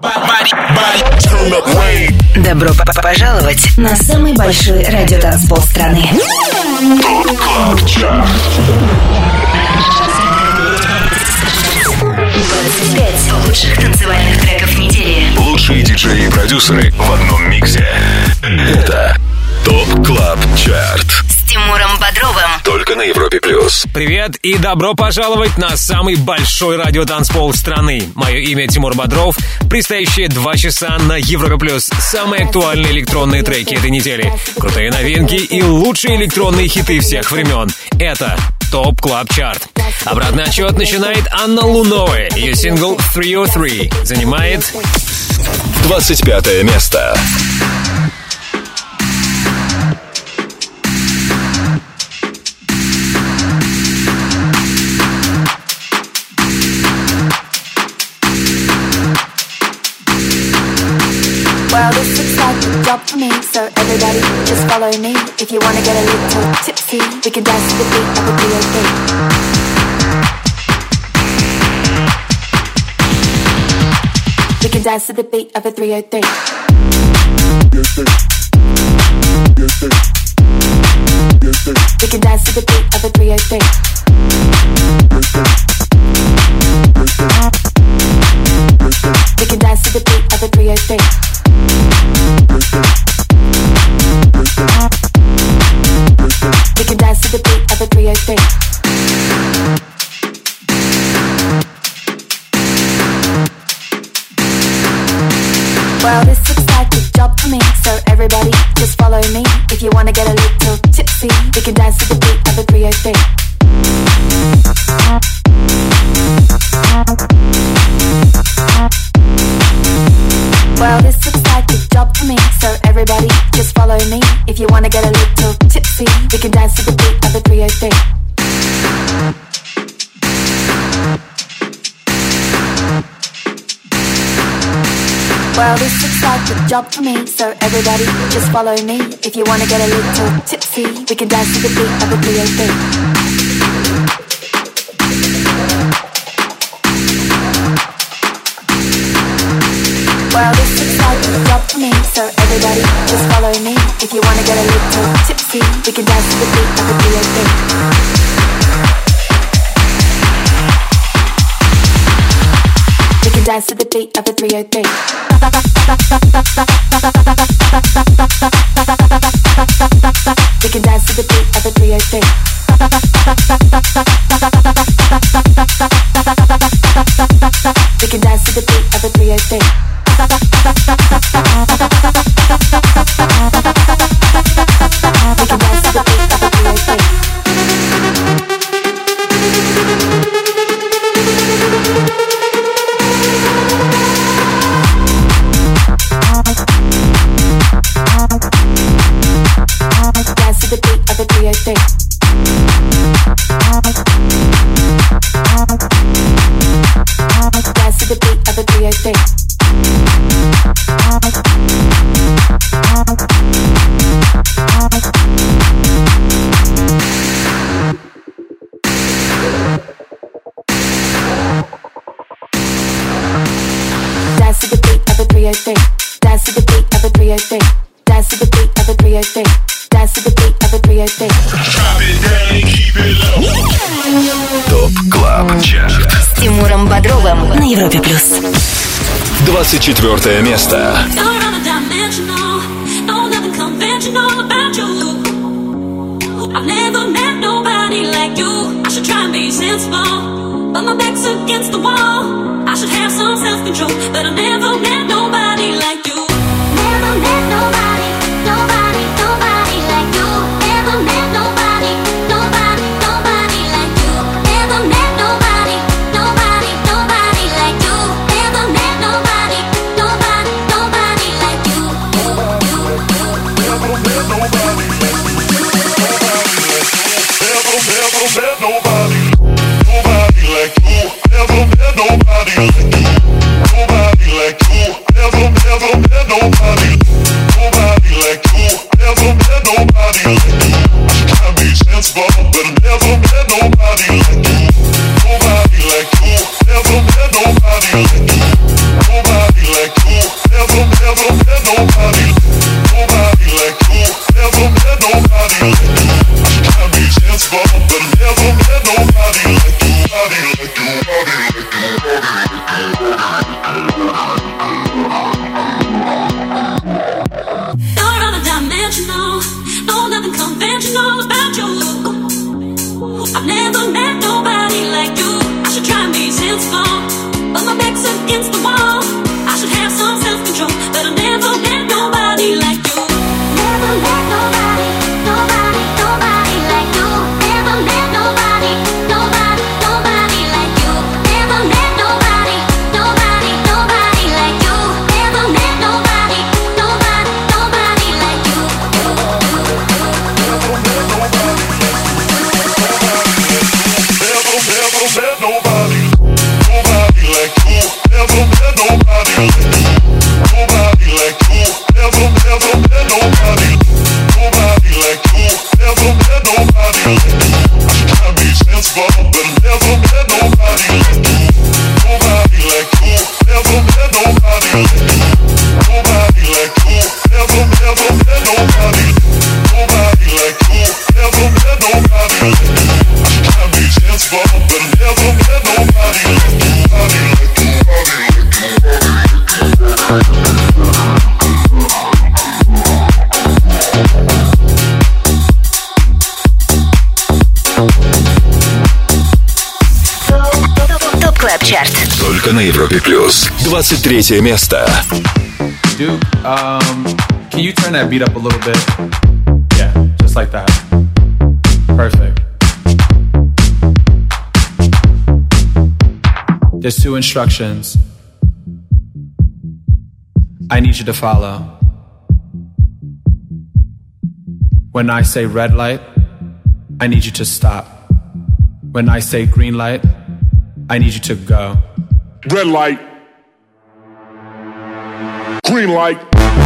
Добро пожаловать на самый большой радиотанцпол страны. ТОП КЛАБ ЧАРТ. 25 лучших танцевальных треков недели. Лучшие диджеи и продюсеры в одном миксе. Это ТОП КЛАБ ЧАРТ. С Тимуром Бодровым. Только на Европе Плюс. Привет и добро пожаловать на самый большой радиотанцпол страны. Мое имя Тимур Бодров. Предстоящие 2 часа на Европе Плюс. Самые актуальные электронные треки этой недели. Крутые новинки и лучшие электронные хиты всех времен. Это ТОП КЛАБ ЧАРТ. Обратный отчет начинает Анна Лунова. Ее сингл 303 занимает 25 место. Well, this looks like a job for me, so everybody just follow me. If you wanna get a little tipsy, we can dance to the beat of a D.O.B. We can dance to the beat of a 303. We can dance to the beat of a 303. We can dance to the beat of a 303. We can dance to the beat of a 303. Well, this looks like a job for me, so everybody just follow me. If you wanna get a little tipsy, we can dance to the beat of a 303. Well, this looks like a job for me, so everybody just follow me. If you wanna get a little tipsy, we can dance to the beat of a 303. Well, this looks like a job for me, so everybody just follow me. If you wanna get a little tipsy, we can dance to the beat of a 303. Well, this looks like a job for me, so everybody just follow me. If you wanna get a little tipsy, we can dance to the beat of a 303. We can dance to the beat of a 303. We can dance to the beat of a 303. We can dance to the beat of a 303. We can dance to the beat of a 303. Dance to the beat of a 303. Dance to the beat of a 303. Dance to the beat of a 303. Dance to the beat of a 303. Dance to the beat of a 303. Dance to the beat of a 303. ТОП КЛАБ ЧАРТ. С Тимуром Бодровым на Европе Плюс. 24 место. I've never met nobody like you. I should try and be sensible, but my back's against the wall. I should have some self-control, but I've never met nobody like you. Never met nobody, nobody, nobody like you. Never met nobody, nobody, nobody like you. Never met nobody, nobody, nobody like you. Never met nobody, nobody, nobody like you. Never met nobody like you. Never met nobody like you. Nobody like you. Только на Европе Плюс. 23 место. Duke, can you turn that beat up a little bit? Yeah, just like that. Perfect. There's 2 instructions I need you to follow. When I say red light, I need you to stop. When I say green light, I need you to go. Red light. Green light.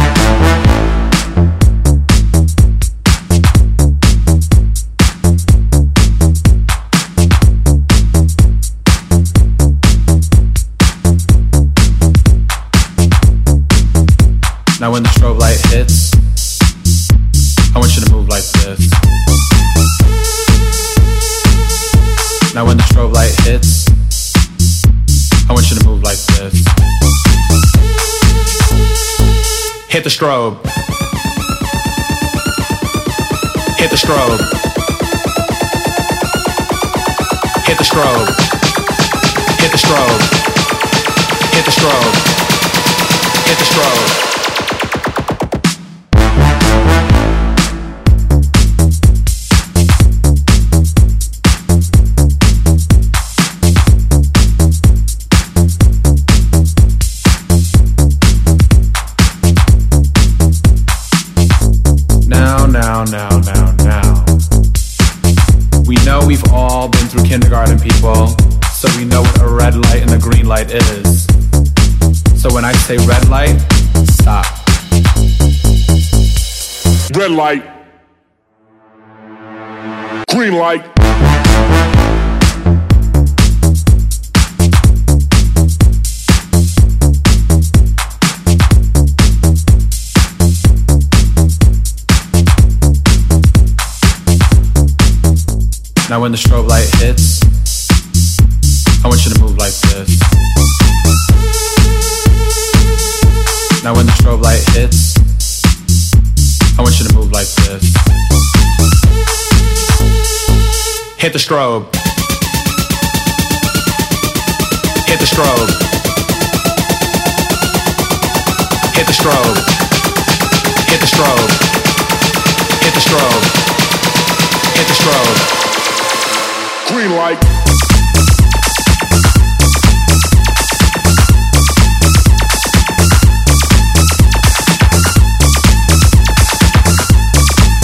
Now when the strobe light hits, I want you to move like this. Now when the strobe light hits, I want you to move like this. Hit the strobe. Hit the strobe. Hit the strobe. Hit the strobe. Hit the strobe. Hit the strobe. Now. We know we've all been through kindergarten, people, so we know what a red light and a green light is. So when I say red light, stop. Red light. Green light. Now when the strobe light hits, I want you to move like this. Now when the strobe light hits, I want you to move like this. Hit the strobe. Hit the strobe. Hit the strobe. Hit the strobe. Hit the strobe. Hit the strobe. Green light.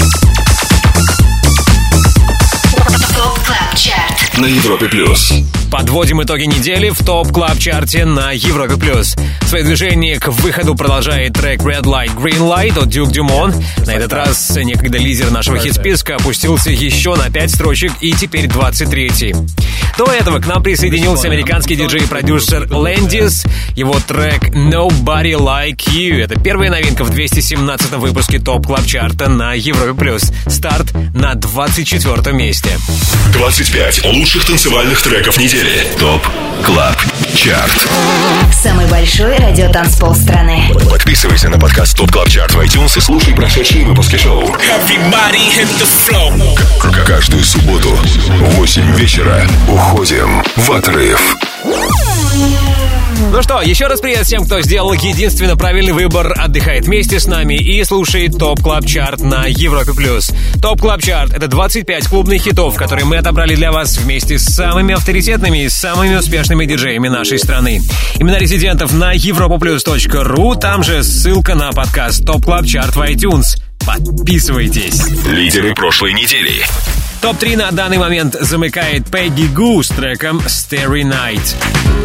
На Европе Плюс. Подводим итоги недели в ТОП Клаб Чарте на Европе+. Свое движение к выходу продолжает трек Red Light, Green Light от Duke Dumont. На этот раз некогда лидер нашего хит-списка опустился еще на 5 строчек и теперь 23-й. До этого к нам присоединился американский диджей и продюсер Landis. Его трек Nobody Like You. Это первая новинка в 217-м выпуске ТОП Клаб Чарта на Европе+. Старт на 24-м месте. 25 лучших танцевальных треков недели. ТОП Клаб Чарт. Самый большой радиотанцпол страны. Подписывайся на подкаст ТОП Клаб Чарт в iTunes и слушай прошедшие выпуски шоу. Каждую субботу в 8 вечера уходим в отрыв. Ну что, еще раз привет всем, кто сделал единственно правильный выбор, отдыхает вместе с нами и слушает ТОП Клаб Чарт на Европе+. ТОП Клаб Чарт — это 25 клубных хитов, которые мы отобрали для вас вместе с самыми авторитетными и самыми успешными диджеями нашей страны. Имена резидентов на europaplus.ru, там же ссылка на подкаст ТОП Клаб Чарт в iTunes. Подписывайтесь. Лидеры прошлой недели. Топ-3 на данный момент замыкает Peggy Gou с треком Starry Night.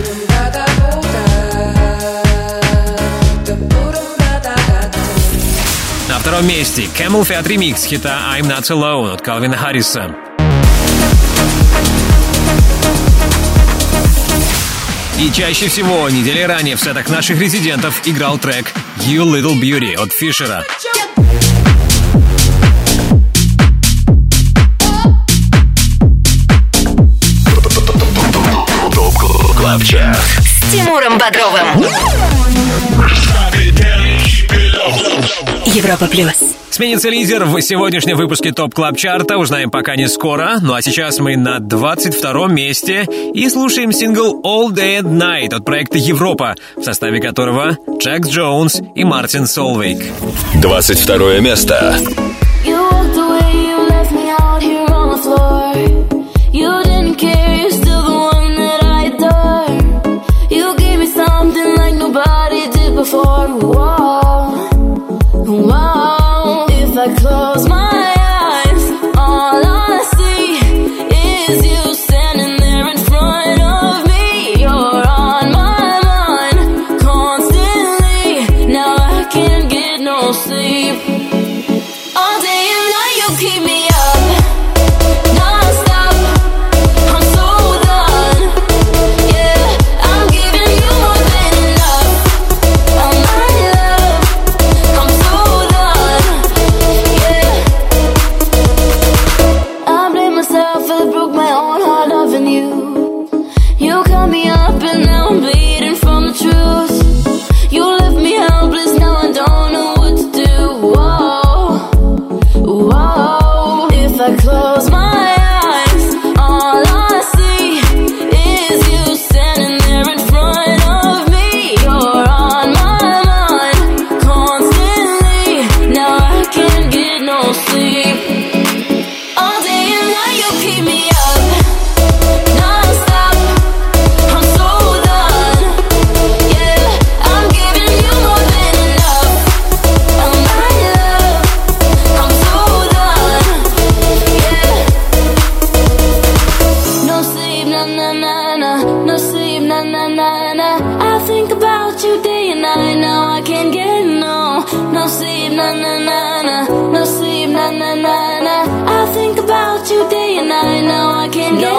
На втором месте Camel Fat ремикс хита I'm Not Alone от Калвина Харриса. И чаще всего недели ранее в сетах наших резидентов играл трек You Little Beauty от Фишера. С Тимуром Бодровым. Европа плюс. Сменится лидер в сегодняшнем выпуске ТОП Клаб Чарта. Узнаем пока не скоро. Ну а сейчас мы на 22-м месте и слушаем сингл All Day and Night от проекта Европа, в составе которого Джекс Джонс и Мартин Солвейк. 22 место. Before, whoa, whoa. If I close my eyes, all I see is you standing there in front of me. You're on my mind constantly. Now I can't get no sleep. All day and night you keep me up, non-stop. I'm so done. Yeah, I'm giving you more than enough. You cut me up and now I'm bleeding from the truth. You left me helpless, now I don't know what to do. Whoa, whoa. If I close my eyes, all I see is you standing there in front of me. You're on my mind constantly. Now I can't get no sleep. All day and night you keep me up, non-stop. I'm so done. Yeah, I'm giving you more than enough. Oh my love, I'm so done. Yeah. No sleep, na na na na. No sleep, na na na na. I think about you day and night. Now I can't get no sleep, na na na na. No sleep, na na na na. I think about you day and night. Now I can't get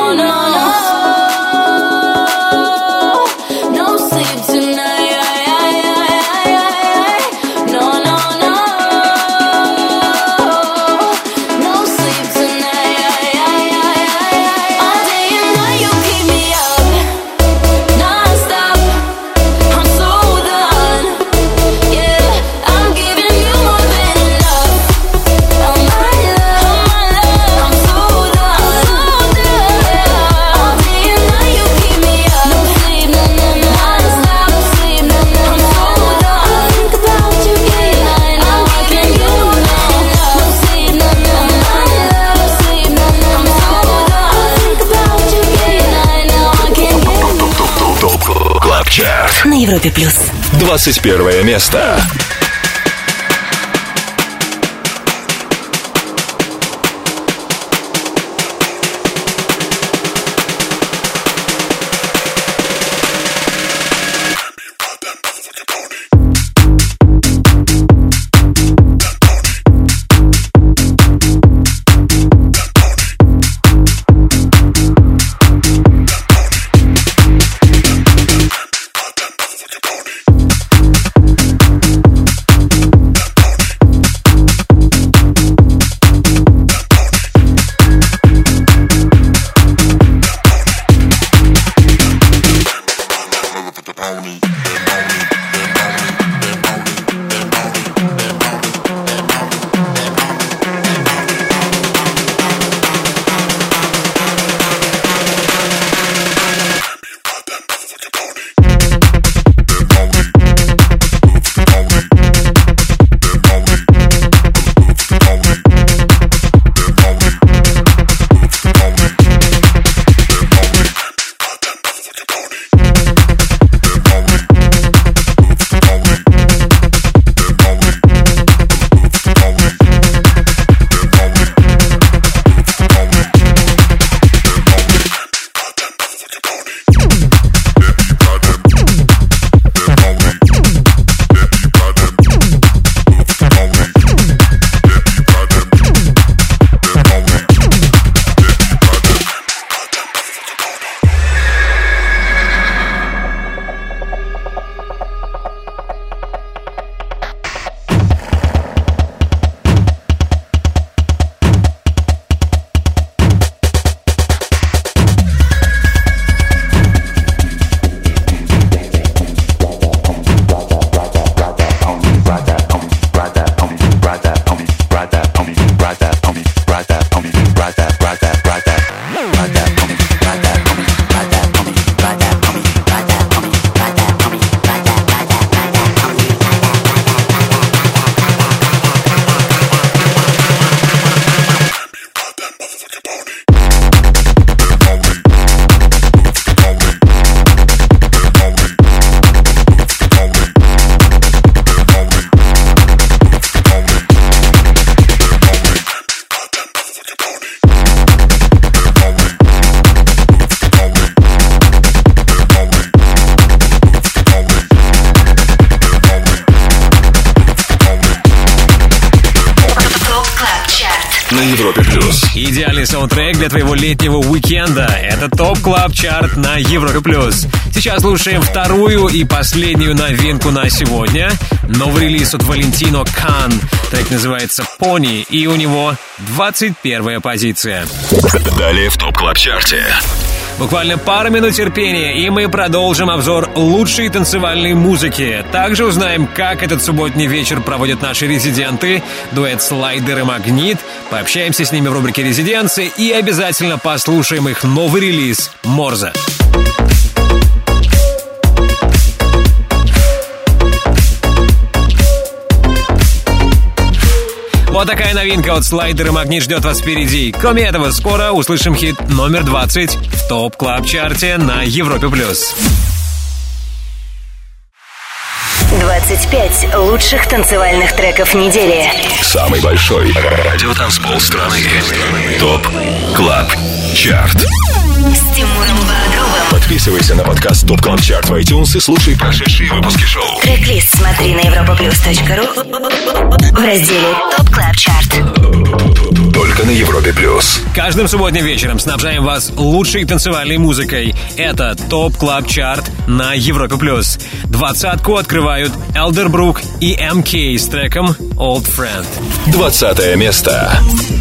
no sleep tonight. No, no, no. No sleep tonight. All day and night you keep me up, non-stop. I'm so done. Yeah, I'm giving you more than enough. Oh my love, I'm so done. All day and night you keep me up. No sleep, no, no, no. Non-stop, no sleep, no, no, no. I'm so done. I think about you day and night. Now I can't get no sleep, no, no, no. No sleep, no, no, no. I'm so done. I think about you day and night. Now I can't get ТОП Клаб Чарт. На Европе плюс. 21 место. на Европе+. Идеальный саундтрек для твоего летнего уикенда. Это ТОП Клаб Чарт на Европе+. Сейчас слушаем вторую и последнюю новинку на сегодня. Новый релиз от Валентино Кан. Трек называется «Пони», и у него 21-я позиция. Далее в ТОП Клаб Чарте. Буквально пару минут терпения, и мы продолжим обзор лучшей танцевальной музыки. Также узнаем, как этот субботний вечер проводят наши резиденты, дуэт «Слайдер» и «Магнит». Пообщаемся с ними в рубрике «Резиденции» и обязательно послушаем их новый релиз «Морзе». Вот такая новинка от «Слайдер» и «Магнит» ждет вас впереди. Кроме этого, скоро услышим хит номер 20 в ТОП Клаб Чарте на Европе+. 25 лучших танцевальных треков недели. Самый большой радиотанцпол страны. ТОП Клаб Чарт. С Тимуром Бодровым. Подписывайся на подкаст ТОП Клаб Чарт в iTunes и слушай прошедшие выпуски шоу. Трек-лист смотри на europaplus.ru в разделе ТОП Клаб Чарт. Только на Европе+. Каждым субботним вечером снабжаем вас лучшей танцевальной музыкой. Это ТОП Клаб Чарт на Европе+. Двадцатку открывают Elderbrook и MK с треком Old Friend. 20 место.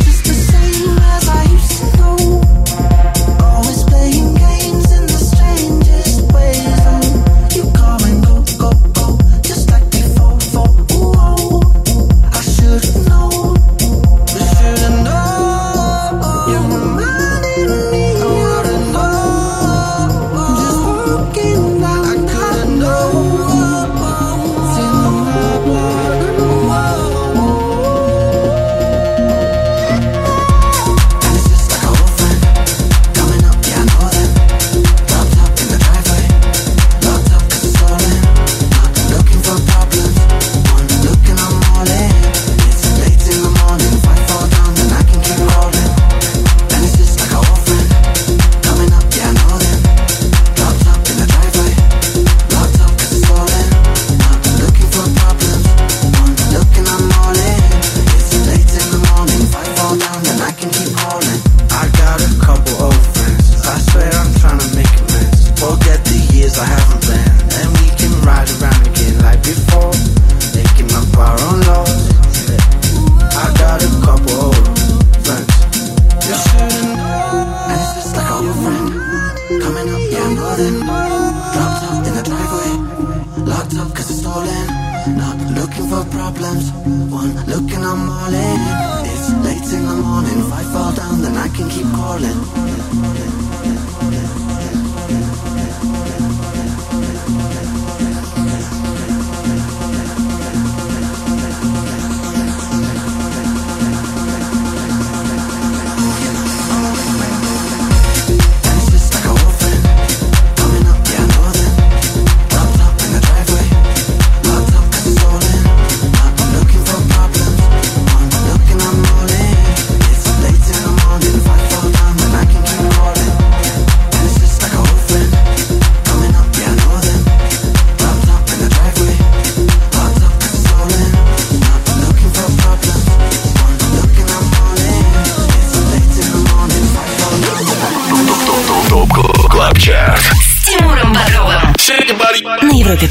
На Европе+.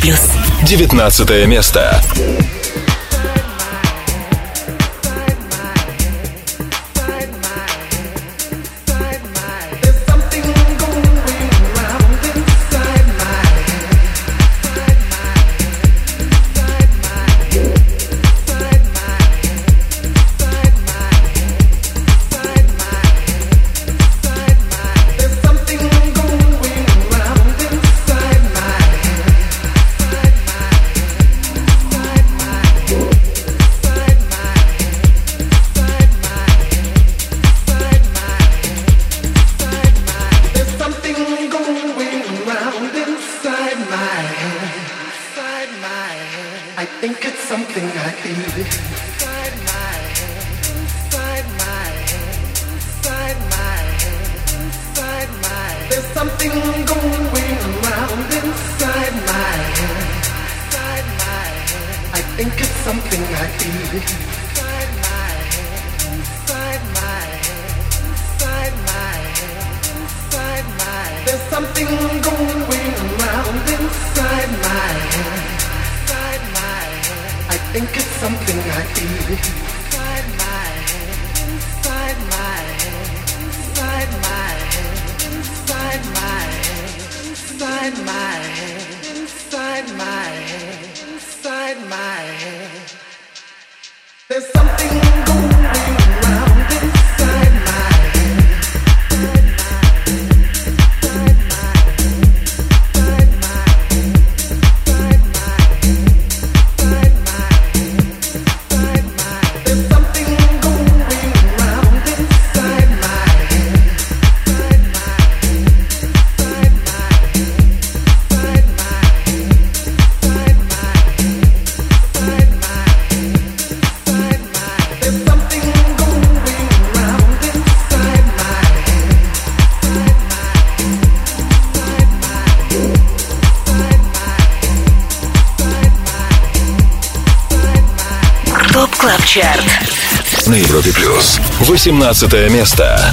19 место. think it's something I feel inside my head, inside Чарт на Европе Плюс. 18 место.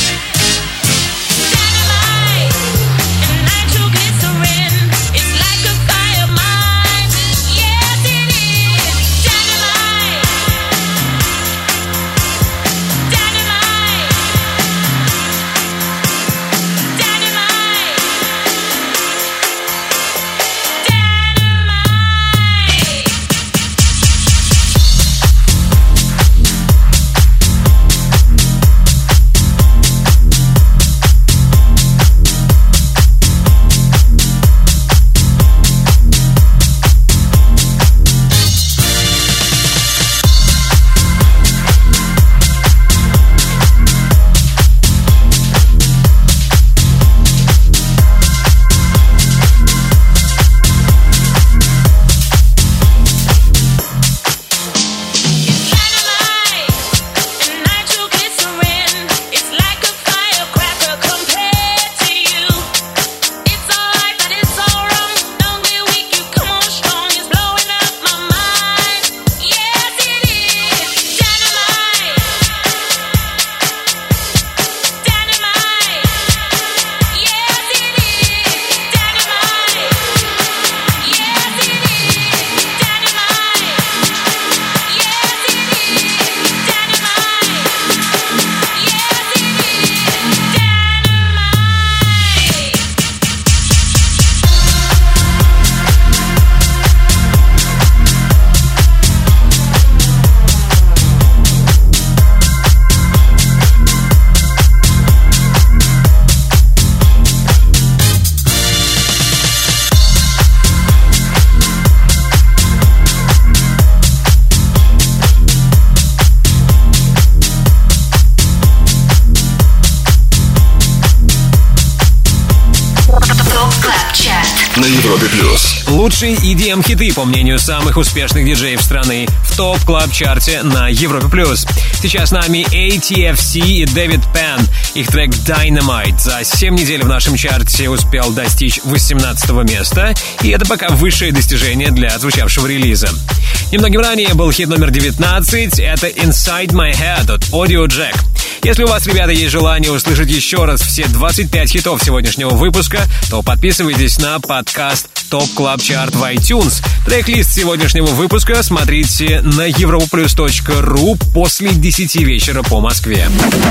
На Европе Плюс. Лучшие EDM-хиты, по мнению самых успешных диджеев страны, в топ-клаб-чарте на Европе Плюс. Сейчас с нами ATFC и Дэвид Пен. Их трек Dynamite за 7 недель в нашем чарте успел достичь 18 места, и это пока высшее достижение для отзвучавшего релиза. Немногим ранее был хит номер 19, это Inside My Head от Audio Jack. Если у вас, ребята, есть желание услышать еще раз все 25 хитов сегодняшнего выпуска, то подписывайтесь на подкаст Top Club Chart в iTunes. Трек-лист сегодняшнего выпуска смотрите на europaplus.ru после 10 вечера по Москве.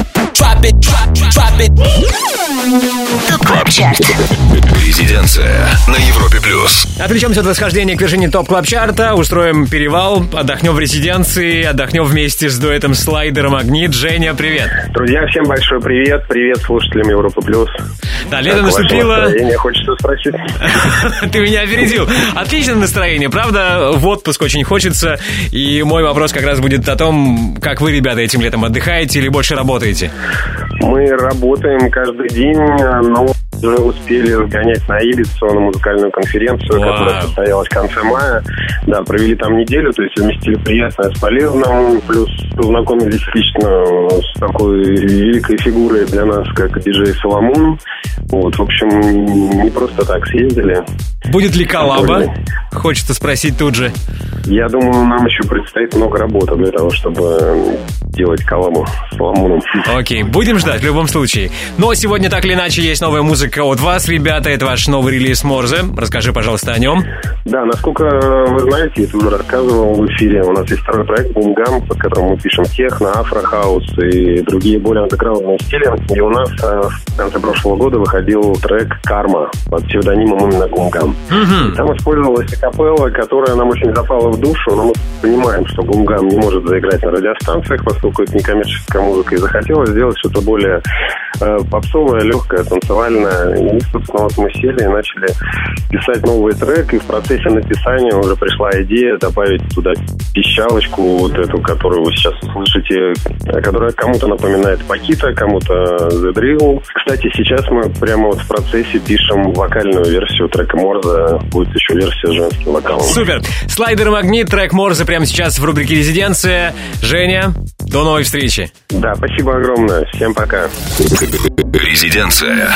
Топ Клаб Чарт. Резиденция на Европе Плюс. Отвлечемся от восхождения к вершине Топ Клаб Чарта, устроим перевал, отдохнем в резиденции, отдохнем вместе с дуэтом Слайдер и Магнит. Женя, привет. Друзья, всем большой привет. Привет слушателям Европа Плюс. Да, лето наступило. Настроение хочется спросить. Ты меня опередил. Отличное настроение, правда? В отпуск очень хочется. И мой вопрос как раз будет о том, как вы, ребята, этим летом отдыхаете или больше работаете? Мы работаем каждый день, но уже успели сгонять на Ибицу на музыкальную конференцию, которая состоялась в конце мая. Да, провели там неделю, то есть совместили приятное с полезным, плюс познакомились лично с такой великой фигурой для нас, как диджей Соломон. Вот, в общем, не просто так съездили. Будет ли коллаба? Хочется спросить тут же. Я думаю, нам еще предстоит много работы для того, чтобы делать коллабу с Ламуном. Окей, будем ждать в любом случае. Но сегодня так или иначе есть новая музыка от вас, ребята. Это ваш новый релиз Морзе. Расскажи, пожалуйста, о нем. Да, насколько вы знаете, я уже рассказывал в эфире, у нас есть второй проект «Бумгам», под которым мы пишем техно, афро-хаус и другие более андеграундные стили. И у нас в конце прошлого года выходил трек «Карма» под псевдонимом именно «Бумгам». Там использовалась акапелла, которая нам очень запала в душу, но мы понимаем, что «Бумгам» не может заиграть на радиостанциях, поскольку это не коммерческая музыка, и захотелось сделать что-то более попсовое, легкое, танцевальное. И, собственно, вот мы сели и начали писать новый трек, и в процессе написания уже пришла идея добавить туда пищалочку, вот эту, которую вы сейчас услышите, которая кому-то напоминает Пакита, кому-то The Drill. Кстати, сейчас мы прямо вот в процессе пишем вокальную версию трека Морзе, будет еще версия с женским вокалом. Супер! Слайдер Магнит, трек Морзе прямо сейчас в рубрике «Резиденция». Женя, до новой встречи. Да, спасибо огромное. Всем пока. Резиденция.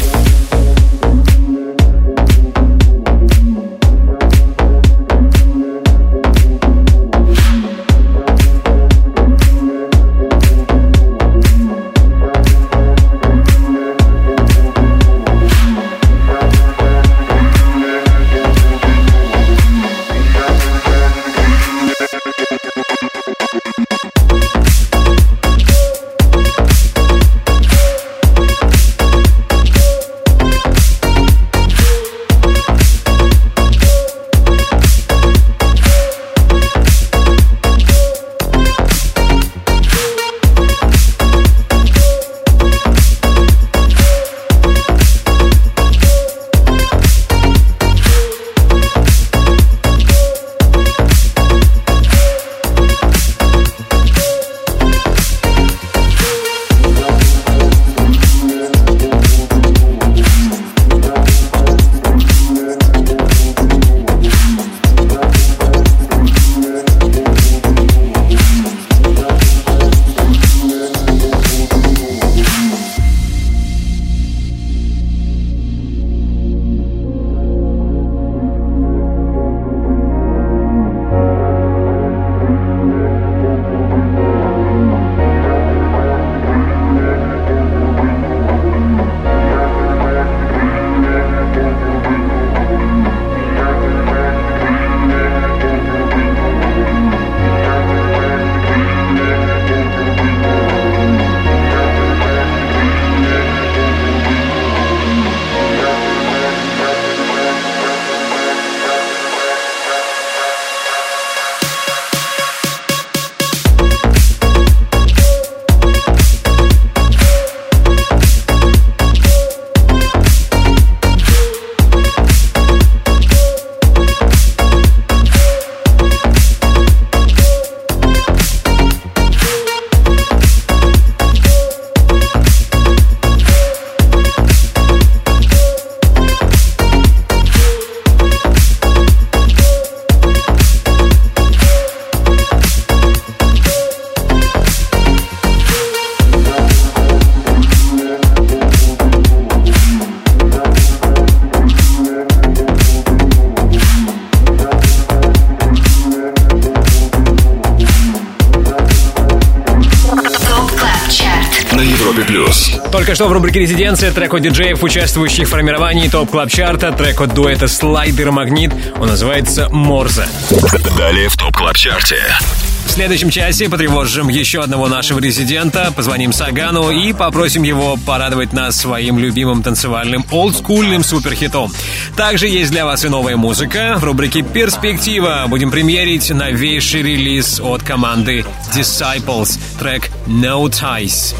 Только что в рубрике «Резиденция» трек от диджеев, участвующих в формировании топ-клаб-чарта, трек от дуэта «Слайдер Магнит». Он называется «Морзе». Далее в топ-клаб-чарте. В следующем часе потревожим еще одного нашего резидента, позвоним Сагану и попросим его порадовать нас своим любимым танцевальным олдскульным суперхитом. Также есть для вас и новая музыка. В рубрике «Перспектива» будем премьерить новейший релиз от команды Disciples, трек «No Ties».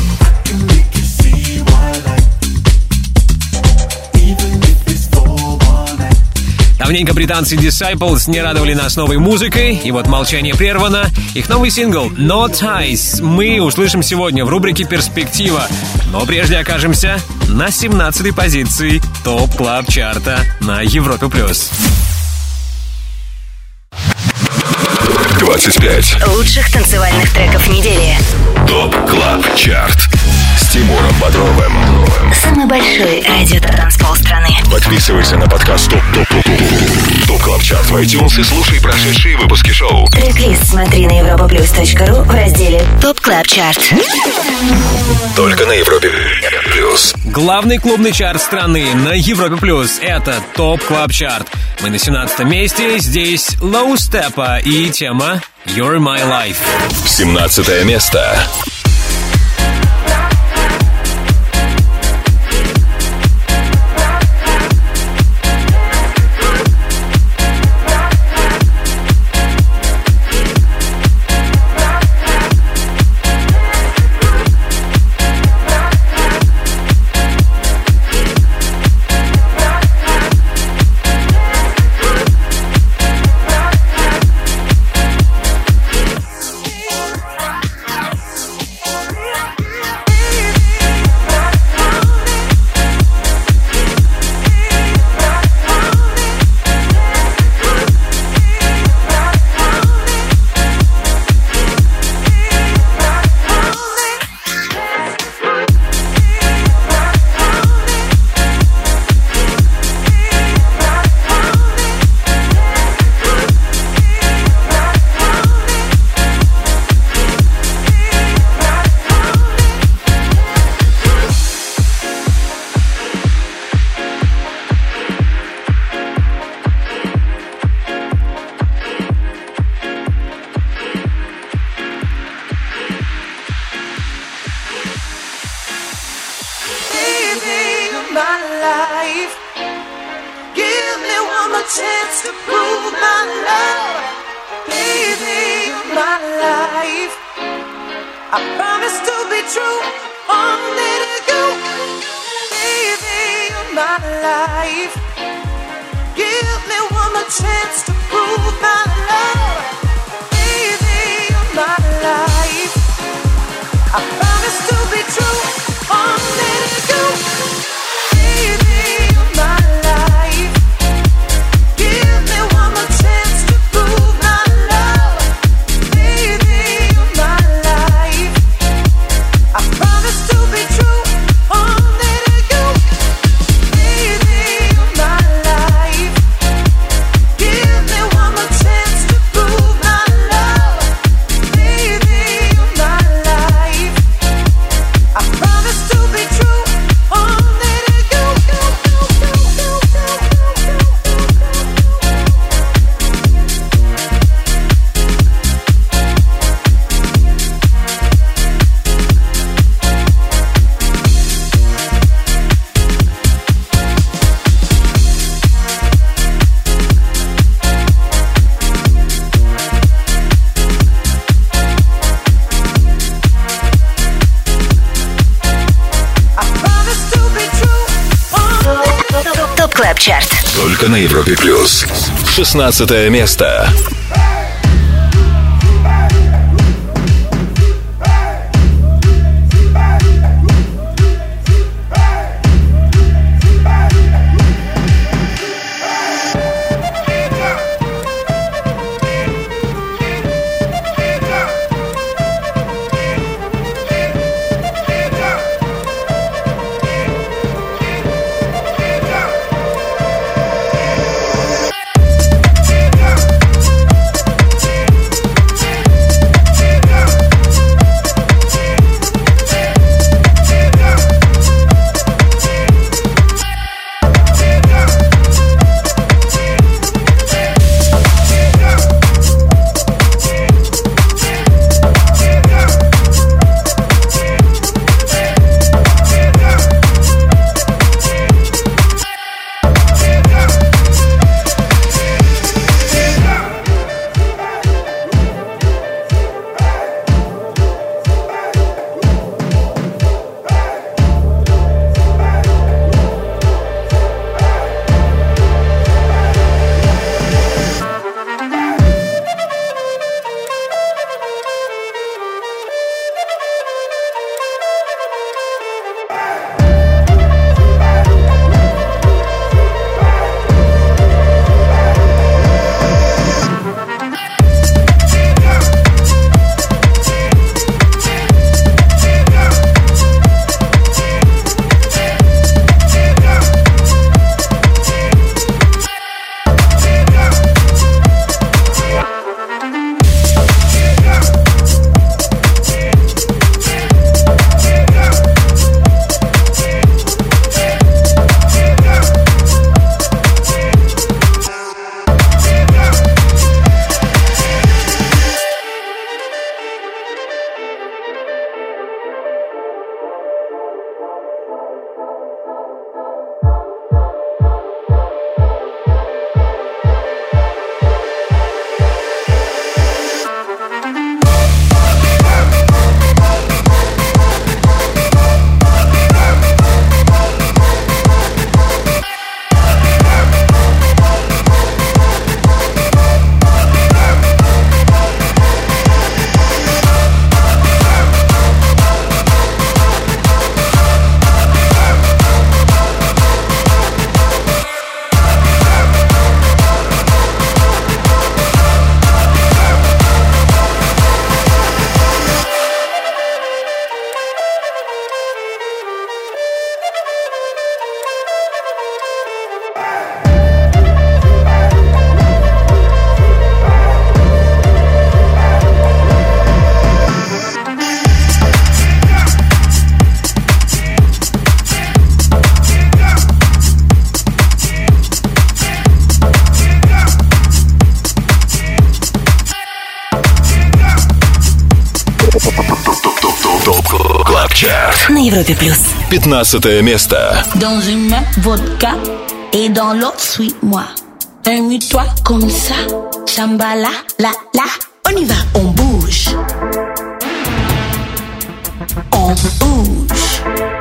Давненько британцы Disciples не радовали нас новой музыкой, и вот молчание прервано. Их новый сингл «No Ties» мы услышим сегодня в рубрике «Перспектива». Но прежде окажемся на 17-й позиции топ-клаб-чарта на Европе+. 25 лучших танцевальных треков недели. ТОП Клаб Чарт. с Тимуром Бодровым. Самый большой радио-транспол страны. Подписывайся на подкаст ТОП КЛАБ ЧАРТ в iTunes и слушай прошедшие выпуски шоу. Трек-лист смотри на europaplus.ru в разделе ТОП КЛАБ ЧАРТ. Только на Европе Плюс. Главный клубный чарт страны на Европе Плюс — это ТОП КЛАБ ЧАРТ. Мы на 17-м месте, здесь Low Steppa и тема You're My Life. 17 место. Только на Европе Плюс. 16 место. ТОП КЛАБ ЧАРТ на Европе плюс. 15 место. Dans une main, vodka, et dans l'autre, suis-moi. Amuse-toi comme ça, chambala, la, la. On y va, on bouge. On bouge.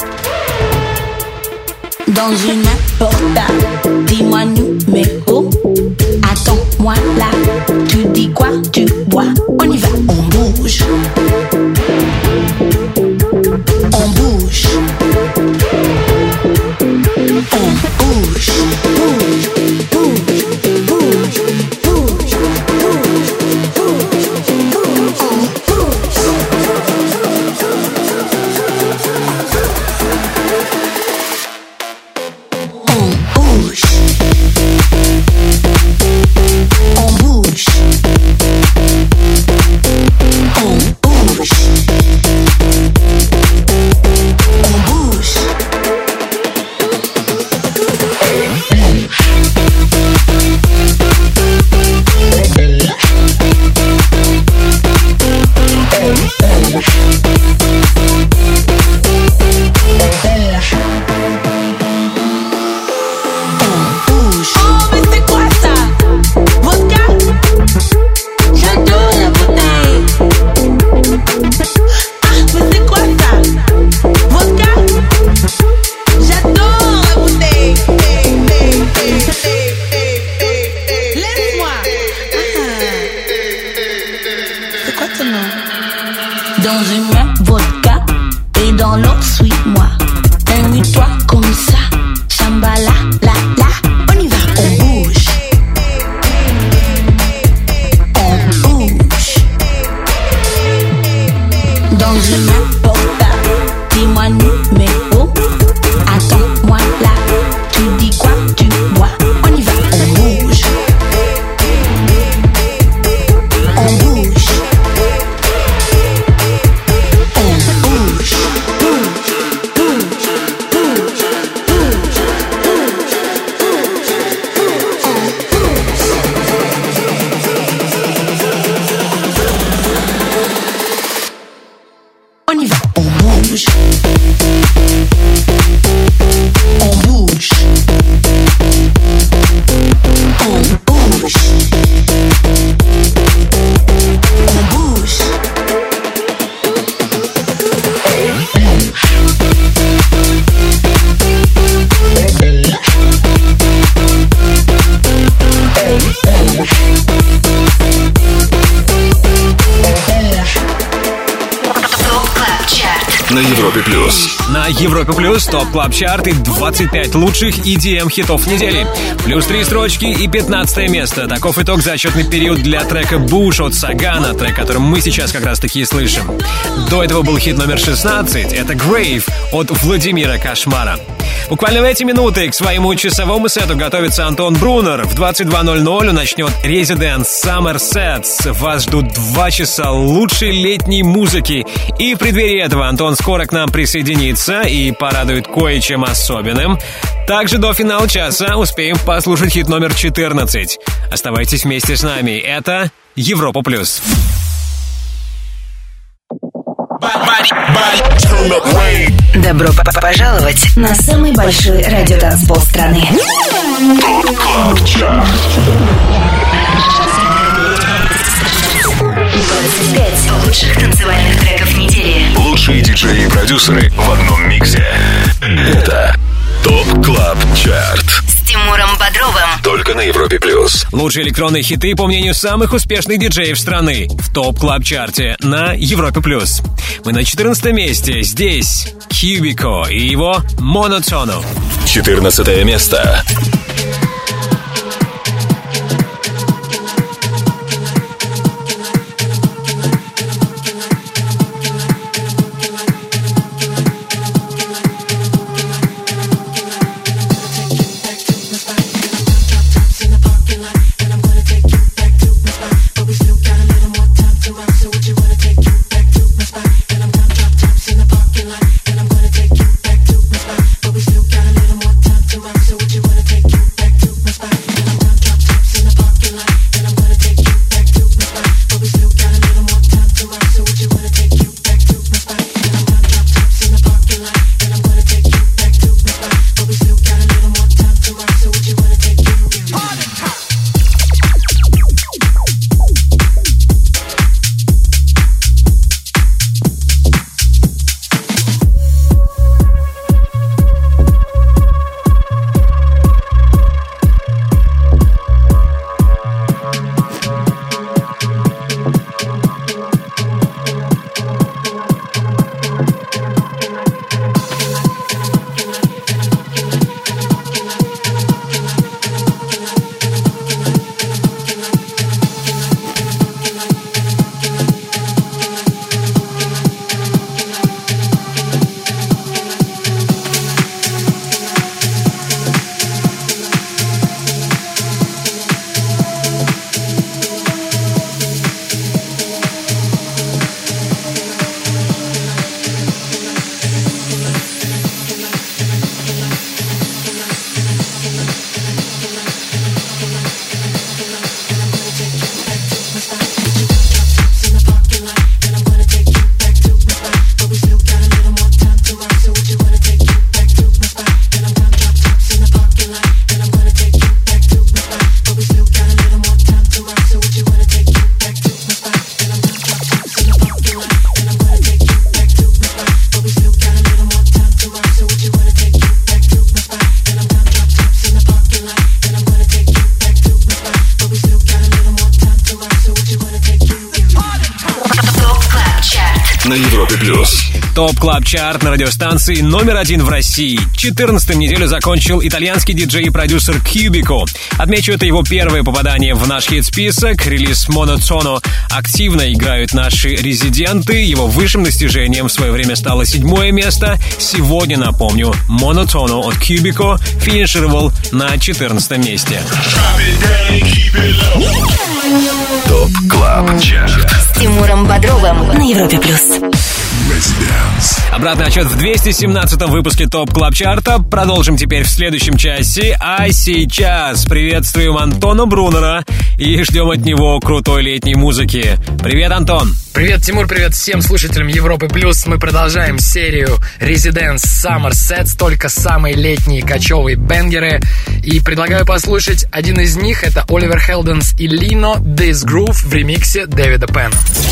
Dans une main, portable, dis-moi numéro. Attends-moi là, tu dis quoi, tu bois. On y va, on bouge. On bouge. On bouge. Bouge, bouge, bouge, bouge, На Европе плюс. На Европе плюс ТОП КЛАБ ЧАРТ и 25 лучших EDM хитов недели. Плюс 3 строчки и 15 место. Таков итог за отчетный период для трека «Буш» от Сагана, трек, который мы сейчас как раз таки и слышим. До этого был хит номер 16. Это «Grave» от Владимира Кошмара. Буквально в эти минуты к своему часовому сету готовится Антон Брунер. В 22:00 он начнет Residence Summer Sets. Вас ждут 2 часа лучшей летней музыки. И в преддверии этого Антон скоро к нам присоединится и порадует кое-чем особенным. Также до финала часа успеем послушать хит номер 14. Оставайтесь вместе с нами. Это Европа плюс. Добро пожаловать на самый большой радиотанцпол страны. ТОП КЛАБ ЧАРТ. 25 лучших танцевальных треков недели. Лучшие диджеи и продюсеры в одном миксе. Это ТОП КЛАБ ЧАРТ. С Тимуром Бодровым. Только на Европе плюс. Лучшие электронные хиты, по мнению самых успешных диджеев страны, в ТОП КЛАБ ЧАРТе на Европе плюс. Мы на 14 месте. Здесь Кьюбико и его Monotone. 14 место. But we still got a little more time to rock. So would you wanna take you back to на Европе+. ТОП Клаб Чарт на радиостанции номер 1 в России. 14-ю неделю закончил итальянский диджей и продюсер Cubico. Отмечу, это его первое попадание в наш хит-список. Релиз Monotono активно играют наши резиденты. Его высшим достижением в свое время стало 7-е место. Сегодня, напомню, Monotono от Cubico финишировал на 14-м месте. ТОП Клаб Чарт С Тимуром Бодровым на Европе+. Обратный отчет в 217-м выпуске ТОП Клаб Чарта. Продолжим теперь в следующем часе. А сейчас приветствуем Антона Брунера и ждем от него крутой летней музыки. Привет, Антон! Привет, Тимур, привет всем слушателям Европы+. Мы продолжаем серию Residence Summer Sets, только самые летние кочевые бенгеры. И предлагаю послушать один из них. Это Оливер Хелденс и Lino This Groove в ремиксе Дэвида Пена.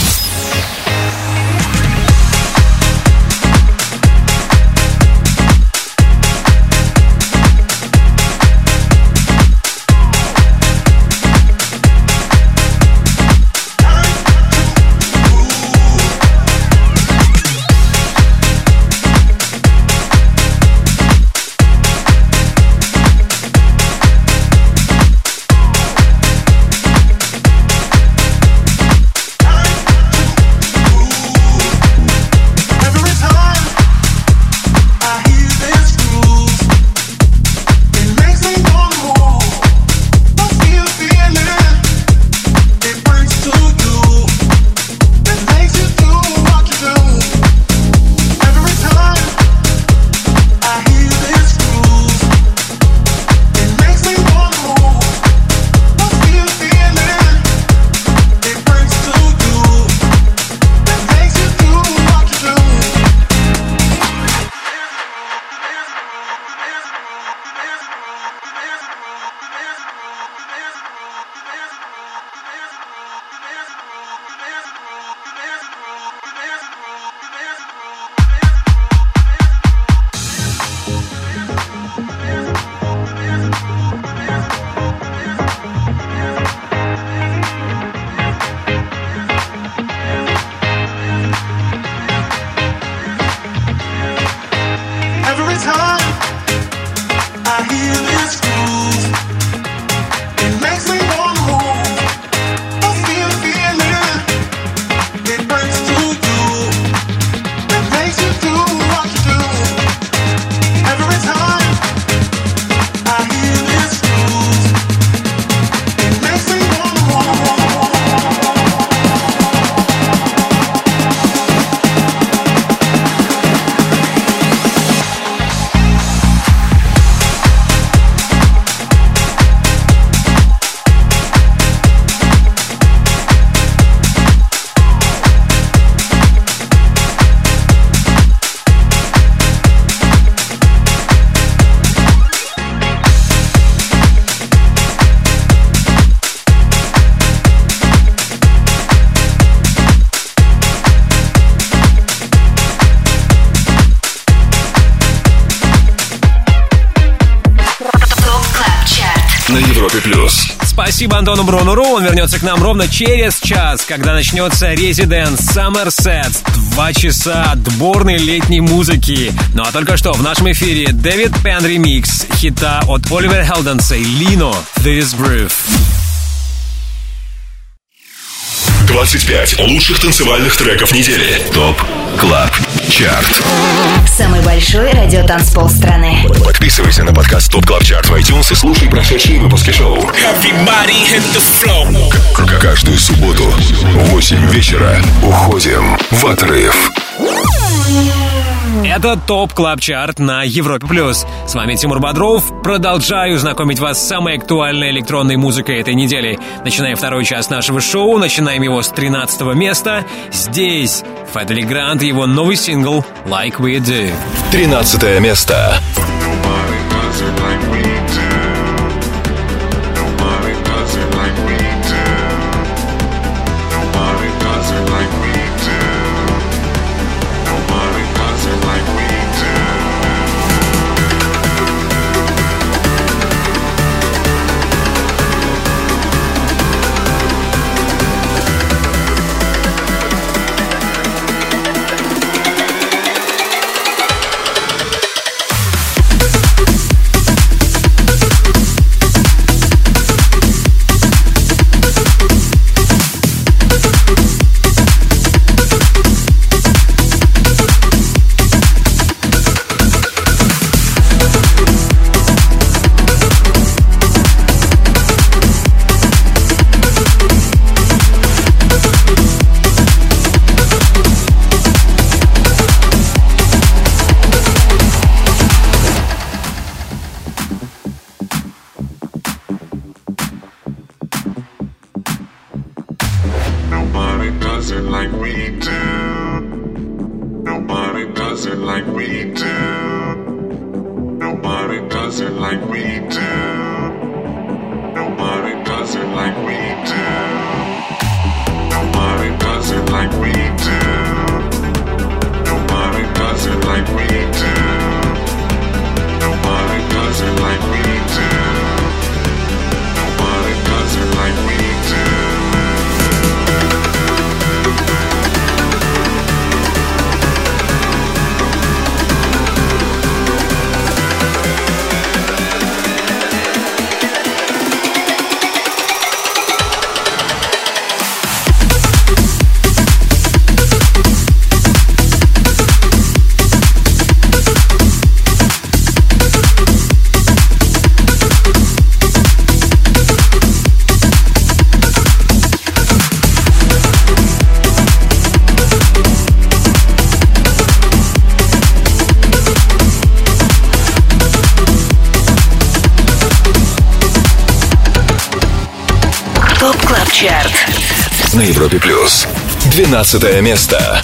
Спасибо Антону Брунеру. Он вернется к нам ровно через час, когда начнется Residence Summer Sets. 2 часа отборной летней музыки. Ну а только что в нашем эфире Дэвид Пен ремикс хита от Оливера Хелденса и Lino This Groove. 25 лучших танцевальных треков недели. ТОП Клаб Чарт. Самый большой радиотанцпол страны. Подписывайся на подкаст ТОП Клаб Чарт в iTunes и слушай прошедшие выпуски шоу. Каждую субботу в 8 вечера уходим в отрыв. Это ТОП Клаб Чарт на Европе+. С вами Тимур Бодров. Продолжаю знакомить вас с самой актуальной электронной музыкой этой недели. Начинаем второй час нашего шоу. Начинаем его с 13-го места. Здесь Федели Грант и его новый сингл «Like We Do». 13 место. like we do. Nobody does it like we do. Nobody does it like we do. Nobody does it like we do. Nobody does it like we do. Nobody does it like we do. Nobody does it like we do. Nobody does it like we do. Чарт на Европе плюс 12 место.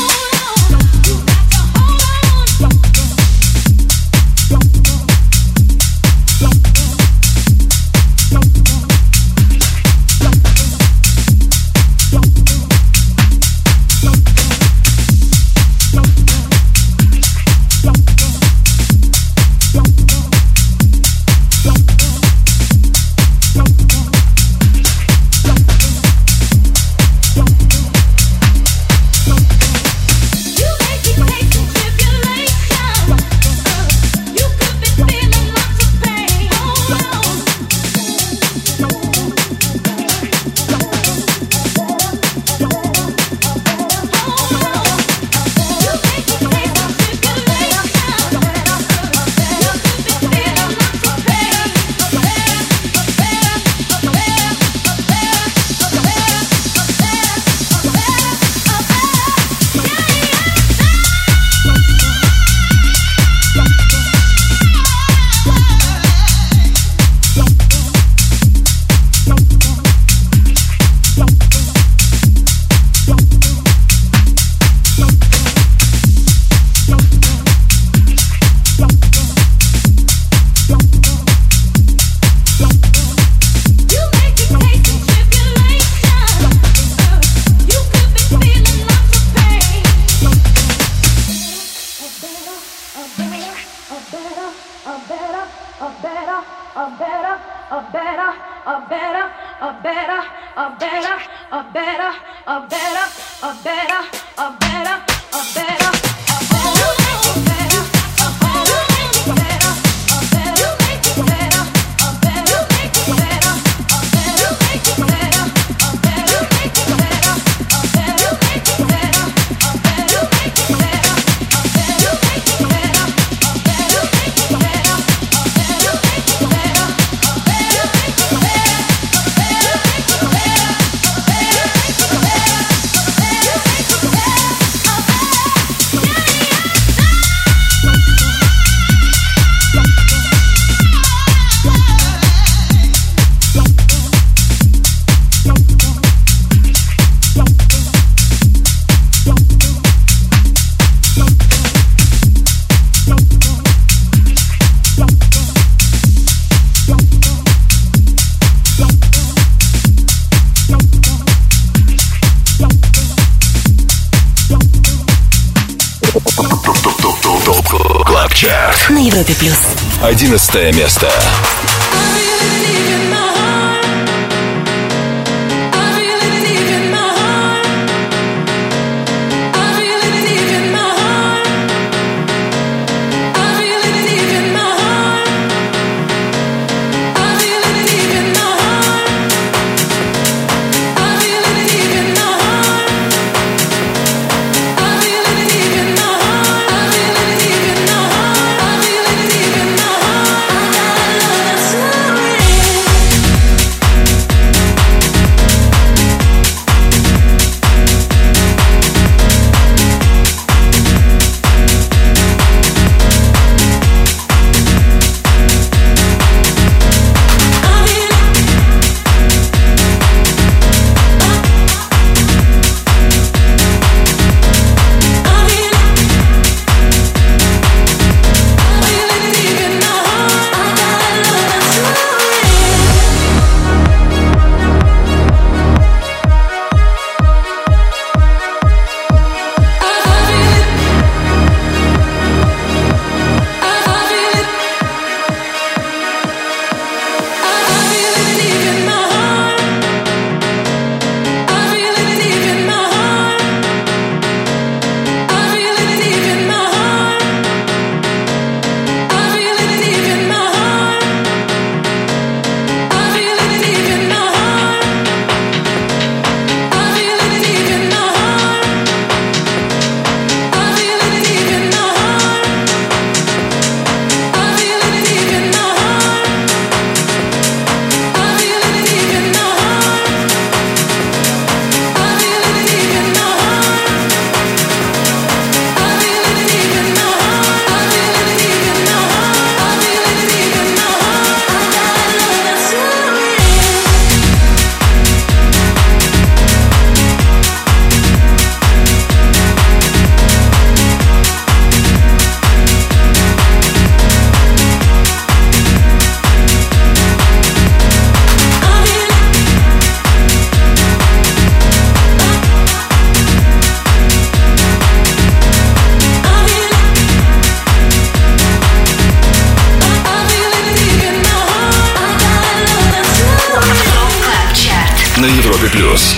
На Европе плюс 11 место. Let's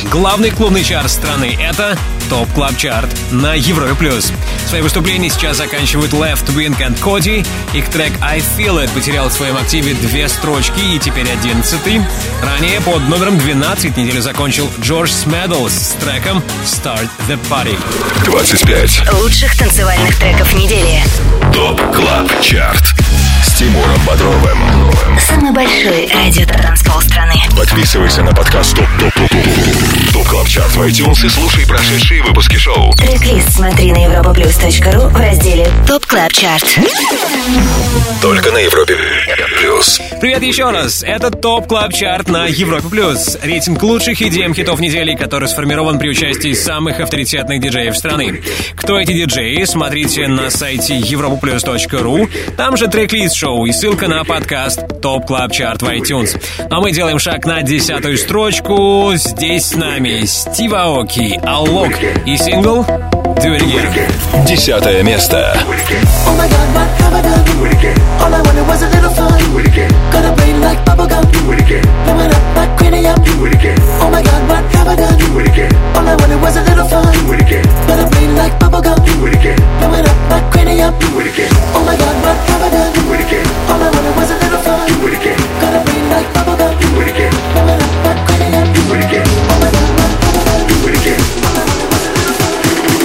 главный клубный чарт страны. Это ТОП Клаб Чарт на Европе+. Свои выступления сейчас заканчивают Left Wing and Cody. Их трек I Feel It потерял в своем активе 2 строчки и теперь 11-й. Ранее под номером 12 неделю закончил Джордж Смеддлс с треком Start the Party. 25 лучших танцевальных треков недели. ТОП Клаб Чарт с Тимуром Бодровым. Самый большой радиотанцпол страны. Подписывайся на подкаст ТОП Клаб Чарт в iTunes и слушай прошедшие выпуски шоу. Трек-лист смотри на europaplus.ru в разделе ТОП Клаб Чарт. Только на Европе Плюс. Привет еще раз. Это ТОП Клаб Чарт на Европе+. Рейтинг лучших EDM-хитов недели, который сформирован при участии самых авторитетных диджеев страны. Кто эти диджеи? Смотрите на сайте europaplus.ru. Там же трек-лист шоу и ссылка на подкаст ТОП Клаб Чарт в iTunes. А мы делаем шаг на 10-ю строчку. Здесь с нами Стив Аоки, Аллок и сингл Do It Again. 10-е место. Oh my God, what have I done? Do it again. All I wanted was a little fun. Do it again. Got a brain like bubblegum. Do it again. Blowing up like cranium. Do it again. Oh my God, what have I done? Do it again. All I wanted was a little fun. Do it again. Got a brain like bubblegum. Do it again. Blowing up like cranium. Do it again. Oh my God, what have I done? Do it again. All I wanted was a little fun. Do it again. Got a brain like bubblegum. Do it again. Blowing up like cranium. Do it again. Oh my God, what have I done? Do it again. All I wanted was a little fun.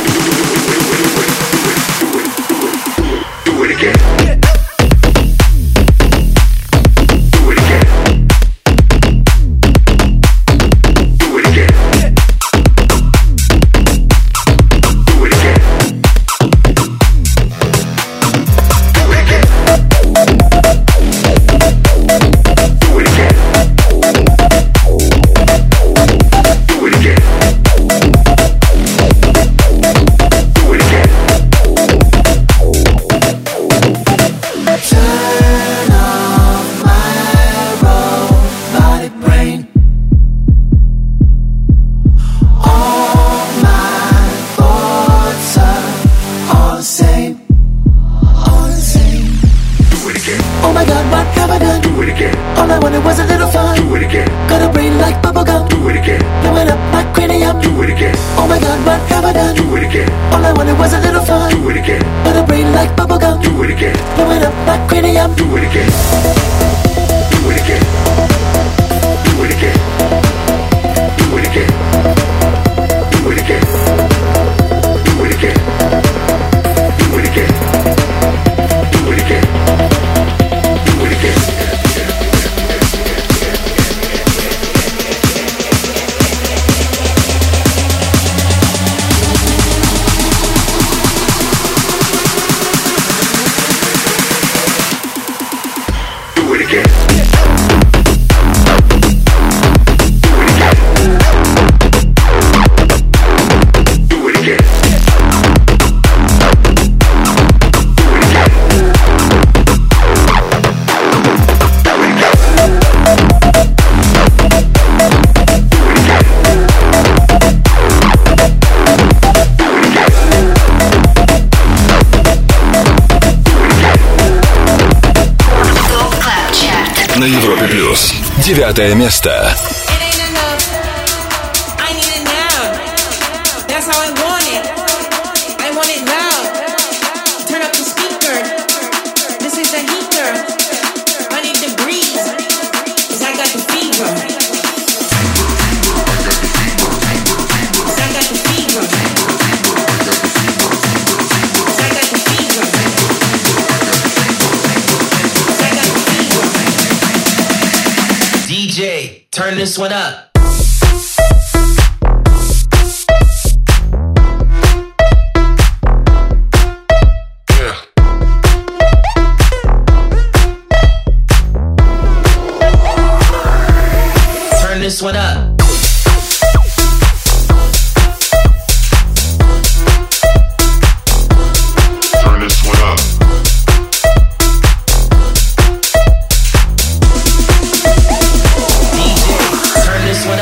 Do it again. На Европе Плюс. 9-е место. Turn this one up. Turn this one up. Turn this one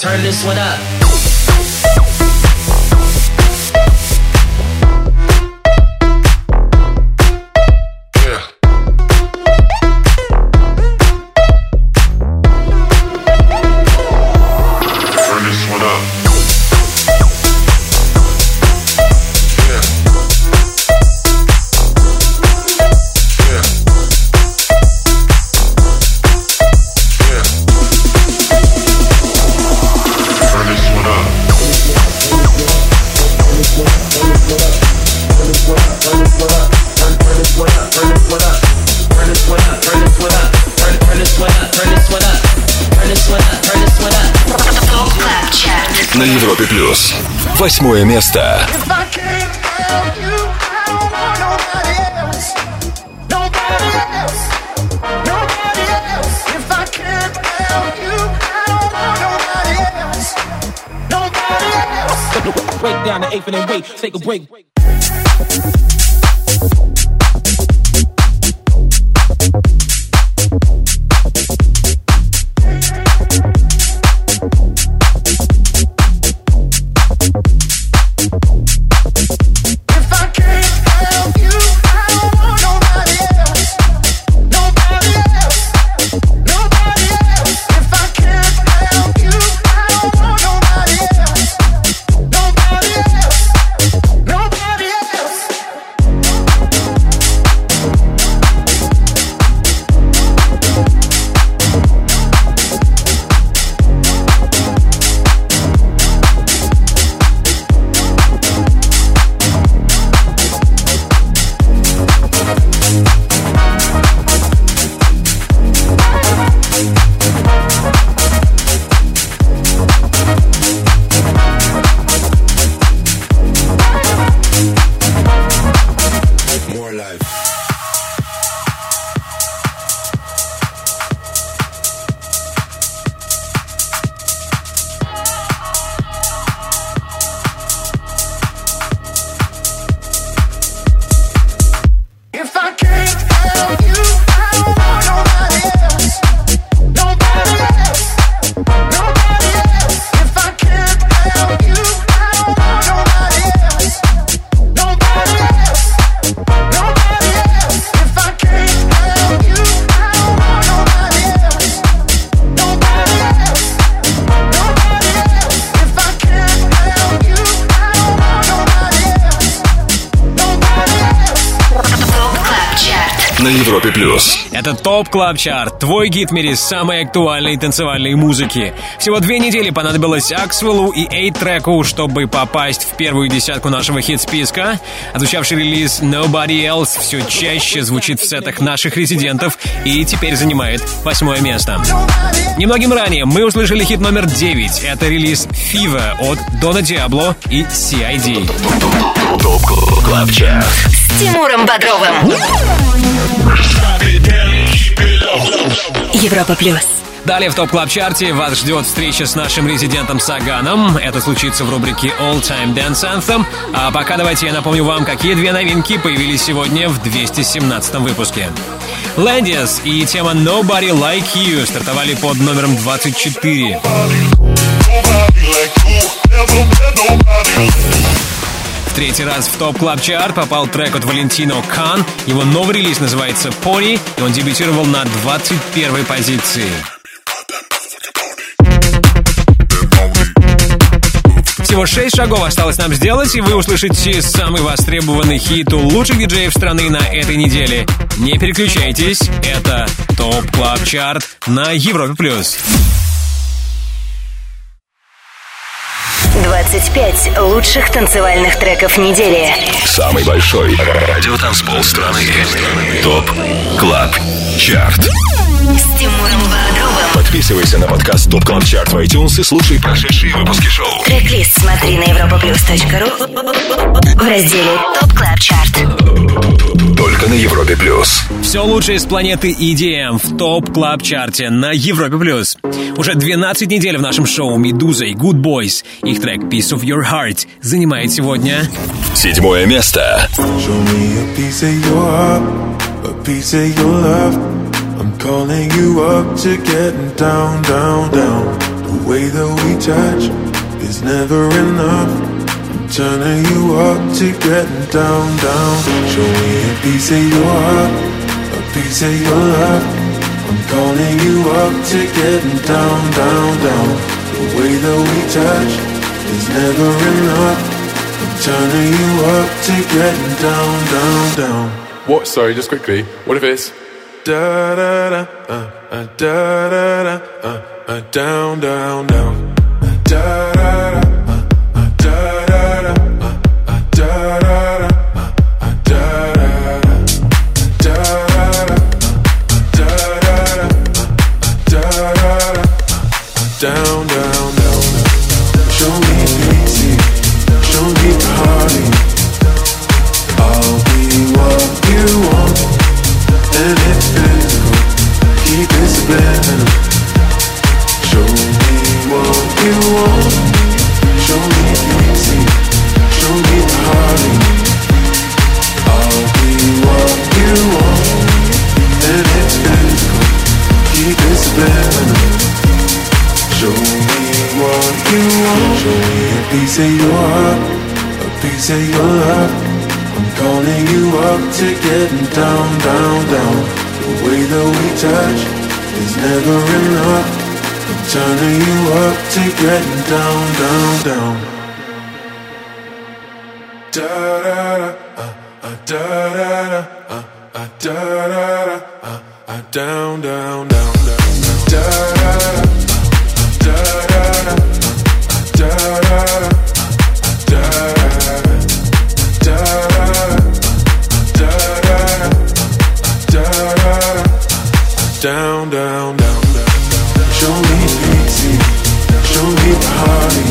turn this one up. На Европе Плюс. 8 место. Break down the eighth and then wait, take a break. На Европе Плюс. Это ТОП Клаб Чарт, твой гид в мире самой актуальной танцевальной музыки. Всего 2 недели понадобилось Аксвеллу и Эйт-треку, чтобы попасть в первую десятку нашего хит-списка. Отзвучавший релиз Nobody Else все чаще звучит в сетах наших резидентов и теперь занимает 8 место. Немногим ранее мы услышали хит номер 9. Это релиз Fever от Дона Диабло и CID. ТОП Клаб Чарт с Тимуром Бодровым. Европа Плюс. Далее в ТОП Клаб Чарте вас ждет встреча с нашим резидентом Саганом. Это случится в рубрике All Time Dance Anthem. А пока давайте я напомню вам, какие 2 новинки появились сегодня в 217 выпуске. Landis и тема Nobody Like You стартовали под номером 24. В 3-й раз в ТОП Клаб Чарт попал трек от Валентино Кан. Его новый релиз называется Pony, и он дебютировал на 21-й позиции. Всего 6 шагов осталось нам сделать, и вы услышите самый востребованный хит у лучших диджеев страны на этой неделе. Не переключайтесь, это ТОП Клаб Чарт на Европе Плюс. 25 лучших танцевальных треков недели. Самый большой радиотанцпол страны. ТОП Клаб Чарт. С Тимуром Бодровым. Подписывайся на подкаст ТОП Клаб Чарт в iTunes и слушай прошедшие выпуски шоу. Трек-лист смотри на europaplus.ru в разделе ТОП Клаб Чарт. Только на Европе Плюс. Все лучшее с планеты EDM в ТОП Клаб Чарте на Европе Плюс. Уже 12 недель в нашем шоу Медуза и Good Boys. Их трек Piece of Your Heart занимает сегодня 7 место. I'm calling you up to getting down, down, down. The The way that we touch is never enough. I'm turning you up to getting down, down. Show me a piece of your heart, a piece of your love. I'm calling you up to getting down, down, down. The way that we touch is never enough. I'm turning you up to getting down, down, down. What? Sorry, just quickly. What if it's da da da da da da down, down, down. Da da da da da da da da. Down, down, down. Show me pity, show me party. I'll be what you want, and it's physical. Keep it subliminal. Show me what you want. Show me pity, show me party. I'll be what you want, and it's physical. Keep it subliminal. Show me what you want. Show me a piece of your heart, a piece of your love. I'm calling you up to getting down, down, down. The way that we touch is never enough. I'm turning you up to getting down, down, down. Da da da da da da da down, down, down, down. Da da da. Down, down, down, down. Show me pity, show me party.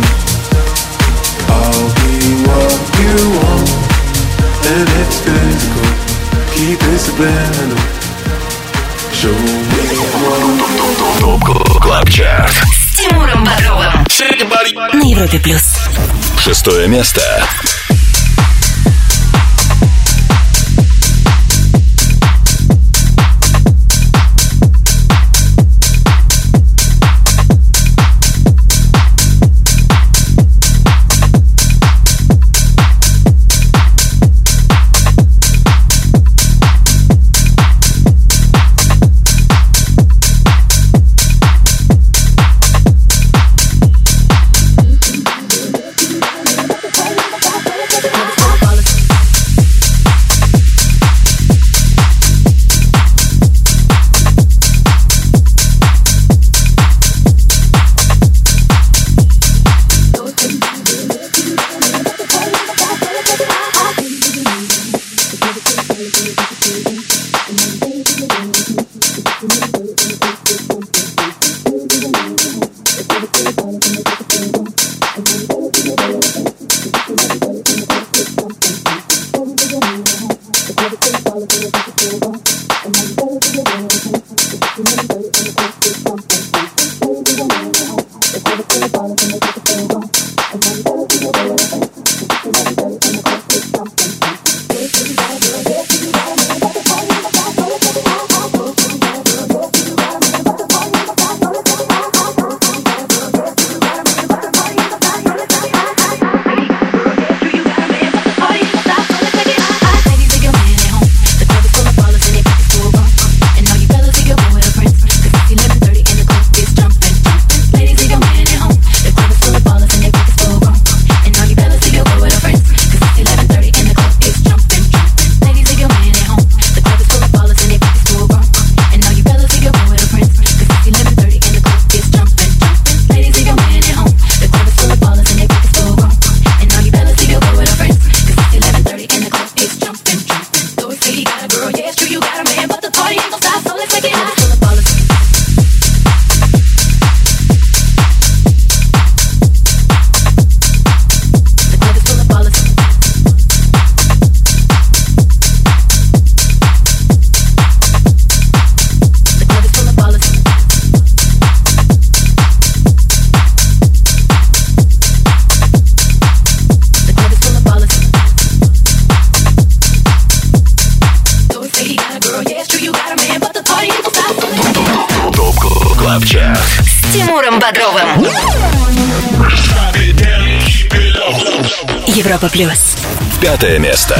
I'll be what you want, and it's physical. Keep it subliminal. Show me what. Клаб Чарт с Тимуром Бодровым на Европе плюс. 6 место. Клаб Чарт с Тимуром Бодровым. Европа плюс. 5 место.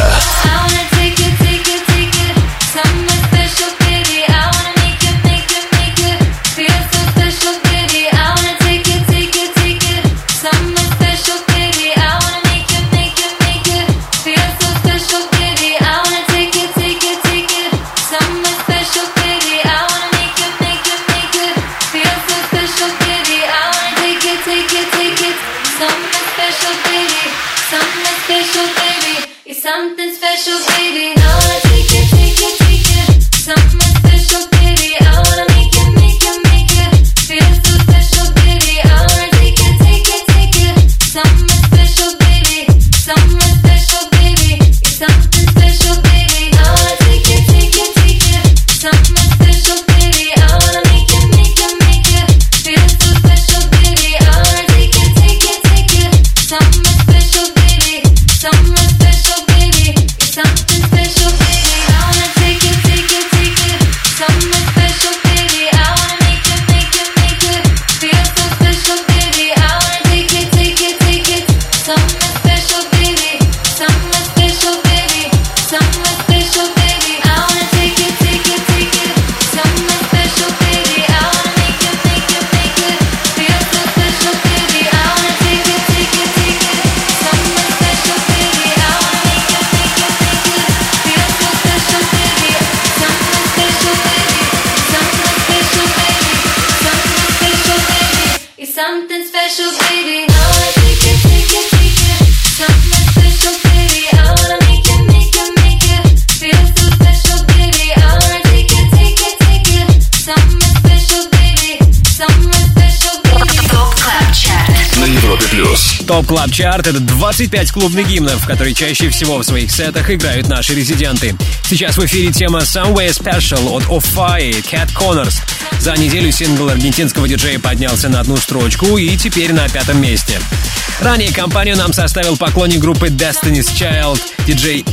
Something special, baby. I wanna take it, take it, take it. Something special, baby. I wanna make it, make it, make it. Feel so special, baby. I wanna take it, take it, take it. Something special, baby. Something special, baby. It's something special, baby. I wanna take it, take it, take it. Something special, baby. I wanna make it, make it, make it. Feel so special, baby. I wanna take it, take it, take it. Something special, baby. Something special, baby. It's something special, baby. I wanna take it, take it, take it. Something special, baby. I wanna make it, make it, make it. Feel so special, baby. I wanna take it, take it, take it. Something special, baby. Something special, baby. Something special, baby. I wanna take it, take it, take it. Something special, baby. I wanna make it, make it, make it. Feel so special, baby. I wanna take it, take it, take it. Something special, baby. I wanna make it, make it, make it. Feel so special, baby. Something special, baby. Something special, baby. Something special, baby. It's something special, baby. I wanna take it, take it, take it. Something special, baby. I wanna make it, make it, make it. Feel so special, baby. I wanna take it, take it, take it. Something special, baby. Something special, baby. Топ Клаб Чарт На Европе плюс. Топ Клаб Чарт — это 25 клубных гимнов, которые чаще всего в своих сетах играют наши резиденты. Сейчас в эфире тема Somewhere Special от Offai и Cat Connors. За неделю сингл аргентинского диджея поднялся на одну строчку и теперь на 5 месте. Ранее компанию нам составил поклонник группы Destiny's Child диджей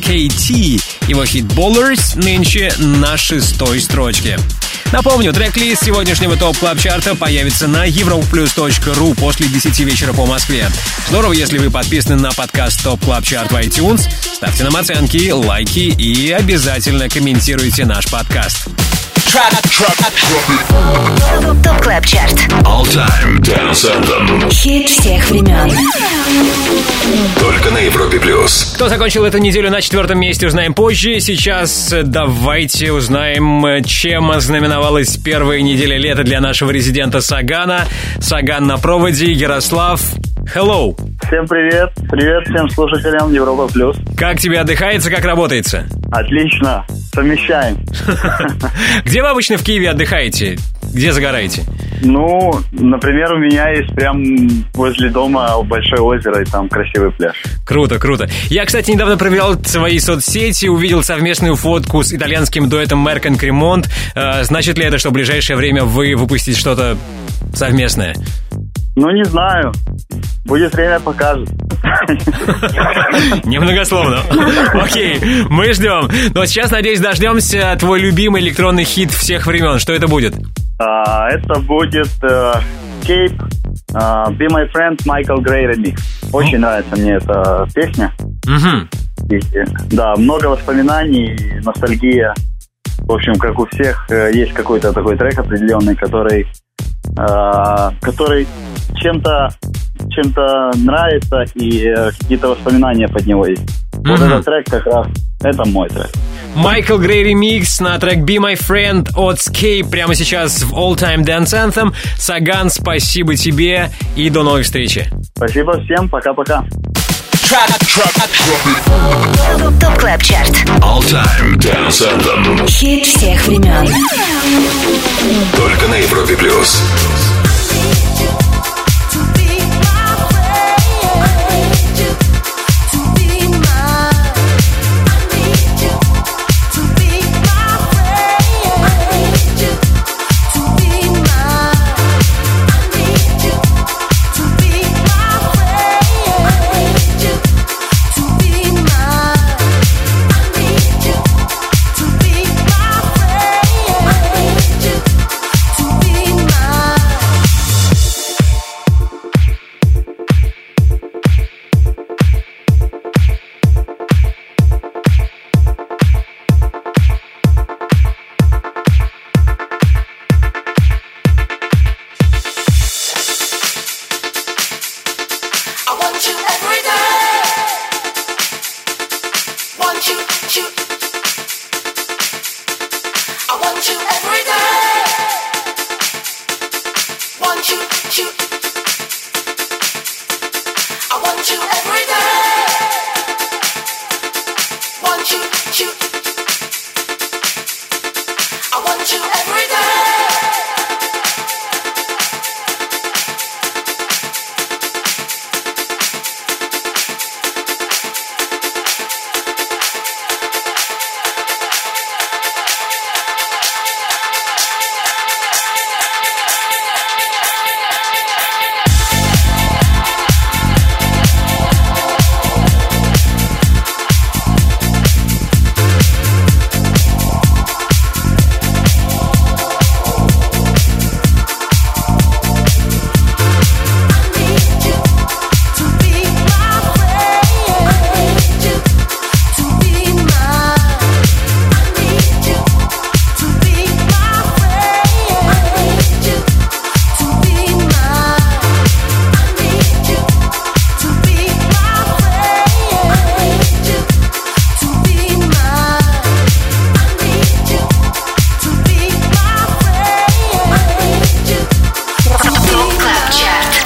SKT. Его хит Ballers нынче на 6 строчке. Напомню, трек-лист сегодняшнего ТОП Клаб Чарта появится на europlus.ru после 10 вечера по Москве. Здорово, если вы подписаны на подкаст ТОП Клаб Чарт в iTunes. Ставьте нам оценки, лайки и обязательно комментируйте наш подкаст. Топ Клаб Чарт. All Time Dance Anthem. Хит всех времен. Только на Европе плюс. Кто закончил эту неделю на 4 месте, узнаем позже. Сейчас давайте узнаем, чем ознаменовалась первая неделя лета для нашего резидента Сагана. Саган на проводе. Ярослав, hello. Всем привет. Привет всем слушателям Европа плюс. Как тебе отдыхается, как работается? Отлично. Совмещаем. Где вы обычно в Киеве отдыхаете? Где загораете? Ну, например, у меня есть прям возле дома большое озеро, и там красивый пляж. Круто, круто. Я, кстати, недавно проверял свои соцсети, увидел совместную фотку с итальянским дуэтом Merck and Cremont. Значит ли это, что в ближайшее время вы выпустите что-то совместное? Ну, не знаю. Будет время, покажет. Немногословно. Окей, мы ждем. Но сейчас, надеюсь, дождемся твой любимый электронный хит всех времен. Что это будет? Это будет Escape, Be My Friend, Michael Gray Remix. Очень нравится мне эта песня. И, да, много воспоминаний, ностальгия. В общем, как у всех, есть какой-то такой трек определенный, который чем-то нравится, и какие-то воспоминания под него есть. Вот этот трек как раз, это мой трек. Michael Gray Remix на трек Be My Friend от Escape прямо сейчас в All Time Dance Anthem. Саган, спасибо тебе и до новой встречи. Спасибо всем, пока-пока. Топ Клаб Чарт. All Time Dance Anthem. Хит всех времен. Только на Европе плюс.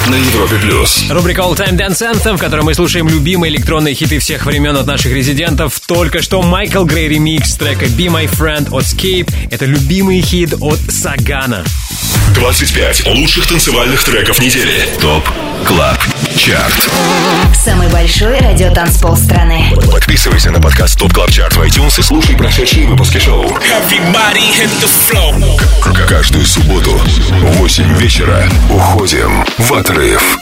на Европе+. Рубрика All Time Dance Anthem, в которой мы слушаем любимые электронные хиты всех времен от наших резидентов. Только что Майкл Грей ремикс трека Be My Friend от Escape. Это любимый хит от Сагана. 25 лучших танцевальных треков недели. ТОП Клаб Чарт. Самый большой радиотанцпол страны. Подписывайся на подкаст ТОП Клаб Чарт в iTunes и слушай прошедшие выпуски шоу. Каждую субботу в 8 вечера уходим в отрыв.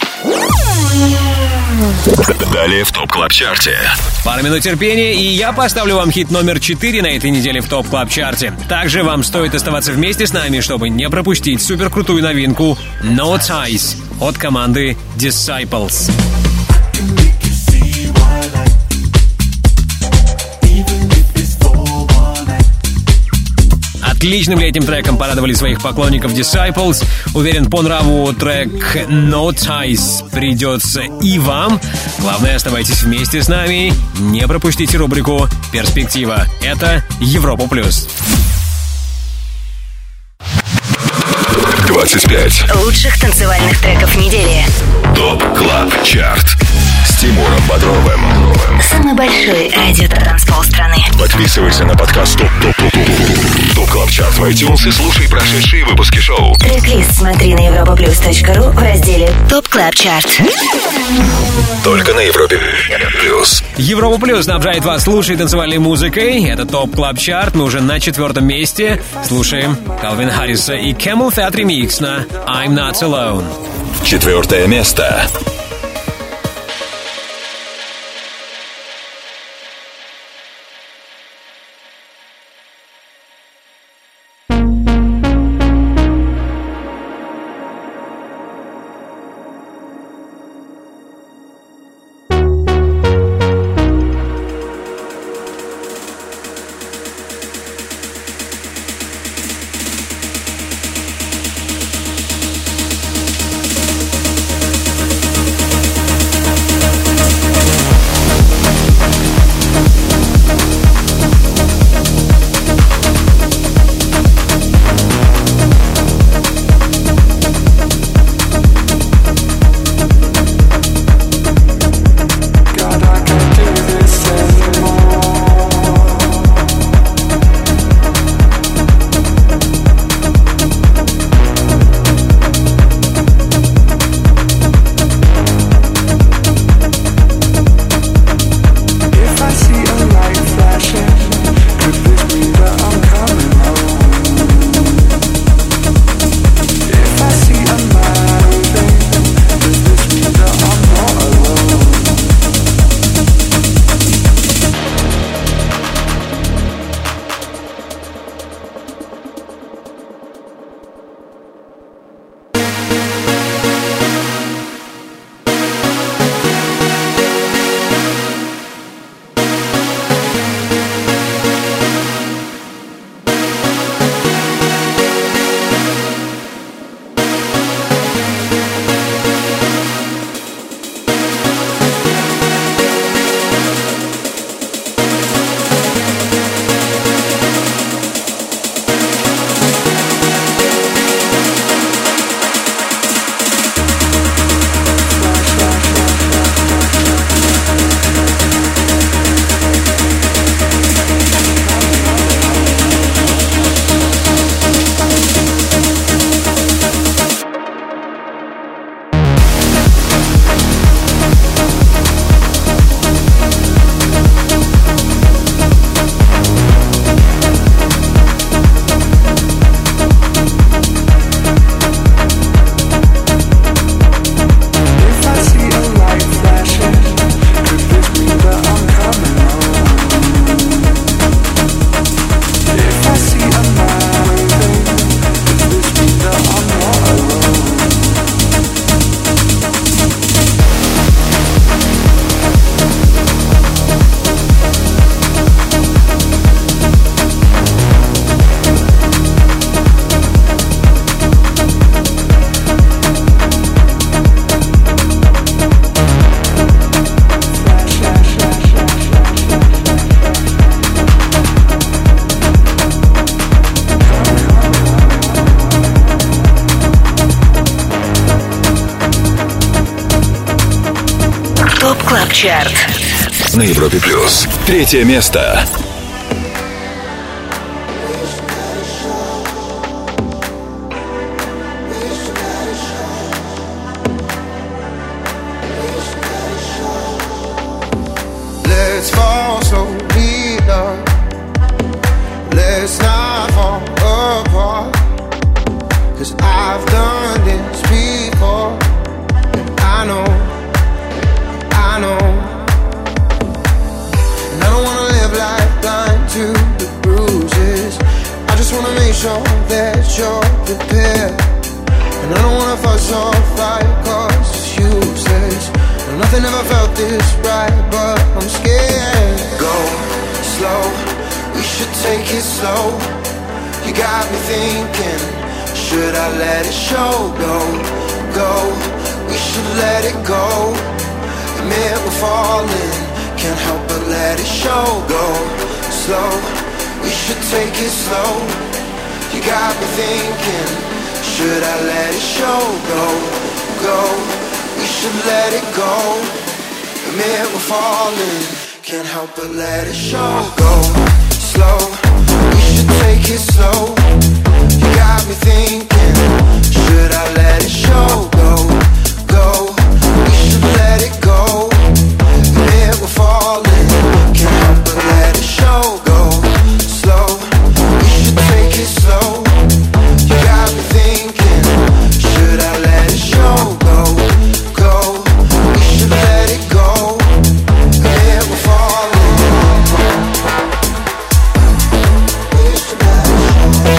Далее в ТОП Клаб Чарте. Пара минут терпения, и я поставлю вам хит номер 4 на этой неделе в ТОП Клаб Чарте. Также вам стоит оставаться вместе с нами, чтобы не пропустить суперкрутую новинку No Ties от команды Disciples. Отличным летним треком порадовали своих поклонников Disciples. Уверен, по нраву трек No Ties придется и вам. Главное, оставайтесь вместе с нами. Не пропустите рубрику «Перспектива». Это Европа+. 25 лучших танцевальных треков недели. ТОП Клаб Чарт с Тимуром Бодровым. Самый большой радиотанцпол страны. Подписывайся на подкаст ТОП Клаб Чарт в iTunes и слушай прошедшие выпуски шоу. Трек-лист смотри на europaplus.ru в разделе ТОП Клаб Чарт. Только на Европе+. Европа Плюс снабжает вас лучшей танцевальной музыкой. Это ТОП Клаб Чарт. Мы уже на 4-м месте. Слушаем Калвин Харриса и Camel Fat ремикс на I'm Not Alone. 4-е место. Чарт. На Европе Плюс. 3 место. Let's fall slowly, love. Let's not fall apart. 'Cause I've done this before. I know. And I don't wanna live life blind to the bruises. I just wanna make sure that you're prepared. And I don't wanna fuss or fight 'cause it's useless. No, nothing ever felt this right, but I'm scared. Go slow, we should take it slow. You got me thinking, should I let it show? Go, we should let it go. Admit we're falling, can't help but let it show. Go slow, we should take it slow. You got me thinking, should I let it show? Go, we should let it go. Admit we're falling, can't help but let it show. Go slow, we should take it slow. You got me thinking, should I let it show? Go, we should let it go. Admit we're falling, can't help but let it show. Go slow, we should take it slow. You got me thinking, should I let it show? Go, we should let it go. Admit we're falling. We should let it show.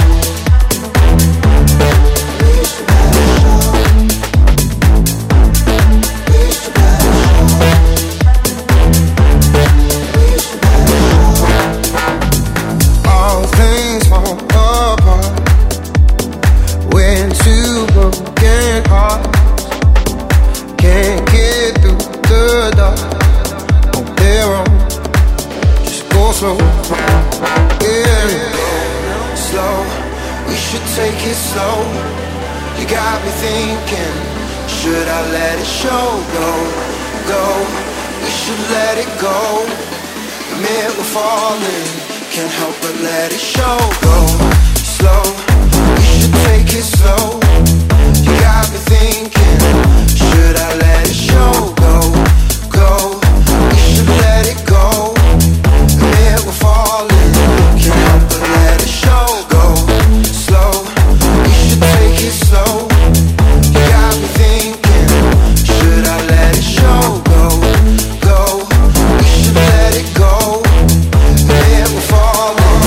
All things fall apart when two broken hearts can't get through the dark on their own. Just go slow, yeah. Slow, we should take it slow. You got me thinking, should I let it show? Go, we should let it go. Admit we're falling, can't help but let it show. Go slow, we should take it slow. You got me thinking, should I let it show? Go, we should let it go. Admit we're falling, can't help but let it show. Go slow, we should take it slow. You got me thinking, should I let it show? Go, we should let it go. Admit we're falling.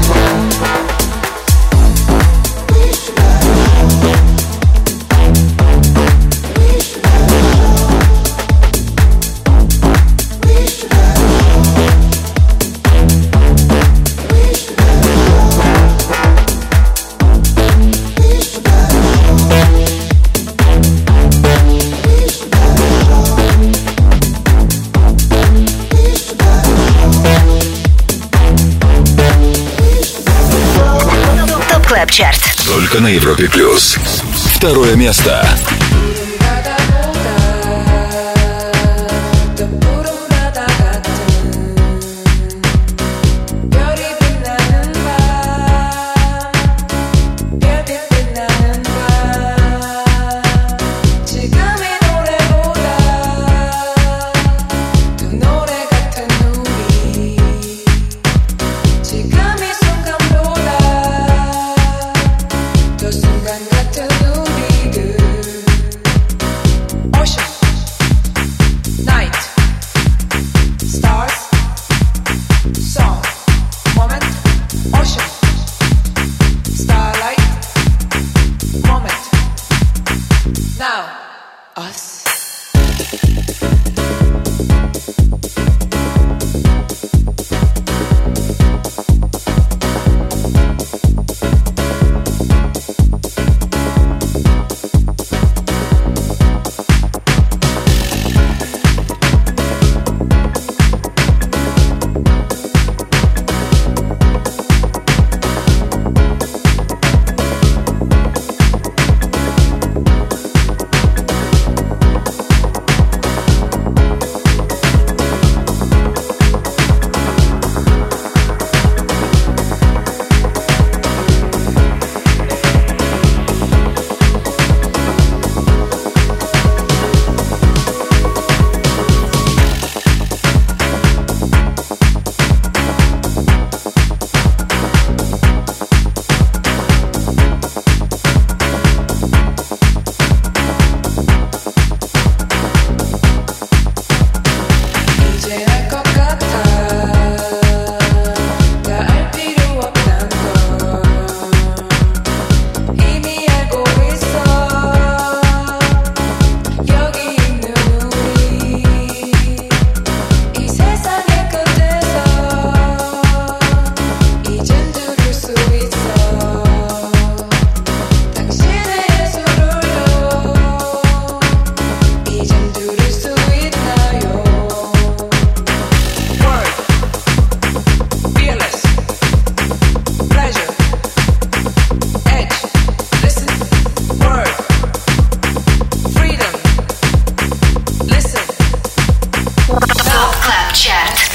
We should let it show. We should let it show. We should let it show. We should let it show. We should let it ТОП Клаб Чарт. Только на Европе Плюс. 2 место.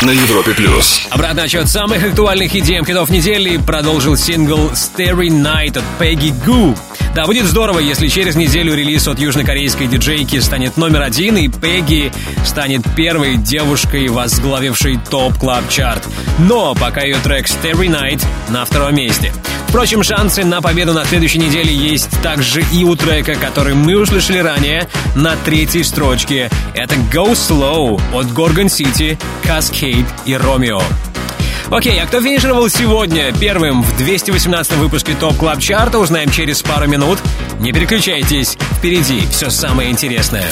на Европе+. Обратный отчет самых актуальных EDM хитов недели продолжил сингл «Starry Night» от Peggy Gou. Да, будет здорово, если через неделю релиз от южнокорейской диджейки станет номер 1, и Пегги станет первой девушкой, возглавившей ТОП Клаб Чарт. Но пока ее трек «Starry Night» на 2-м месте. Впрочем, шансы на победу на следующей неделе есть также и у трека, который мы услышали ранее, на 3-й строчке. Это «Go Slow» от Gorgon City, Cascade и Ромео. Окей, а кто финишировал сегодня первым в 218-м выпуске ТОП Клаб Чарта, узнаем через пару минут. Не переключайтесь, впереди все самое интересное.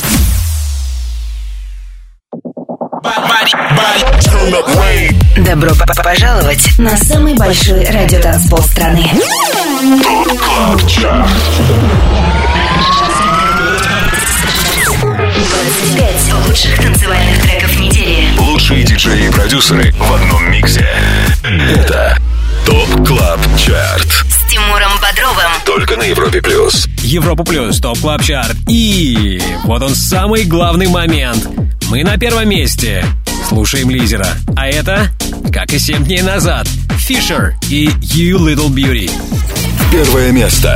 Добро пожаловать на самый большой радиотанцпол страны. ТОП Клаб Чарт. 25 лучших танцевальных треков недели. Лучшие диджеи и продюсеры в одном миксе. Это ТОП Клаб Чарт С Тимуром Бодровым. Только на Европе+. Европа Плюс, ТОП Клаб Чарт. И вот он самый главный момент. Мы на 1-м месте. Слушаем лидера. А это, как и 7 дней назад, Fisher и You Little Beauty. 1-е место.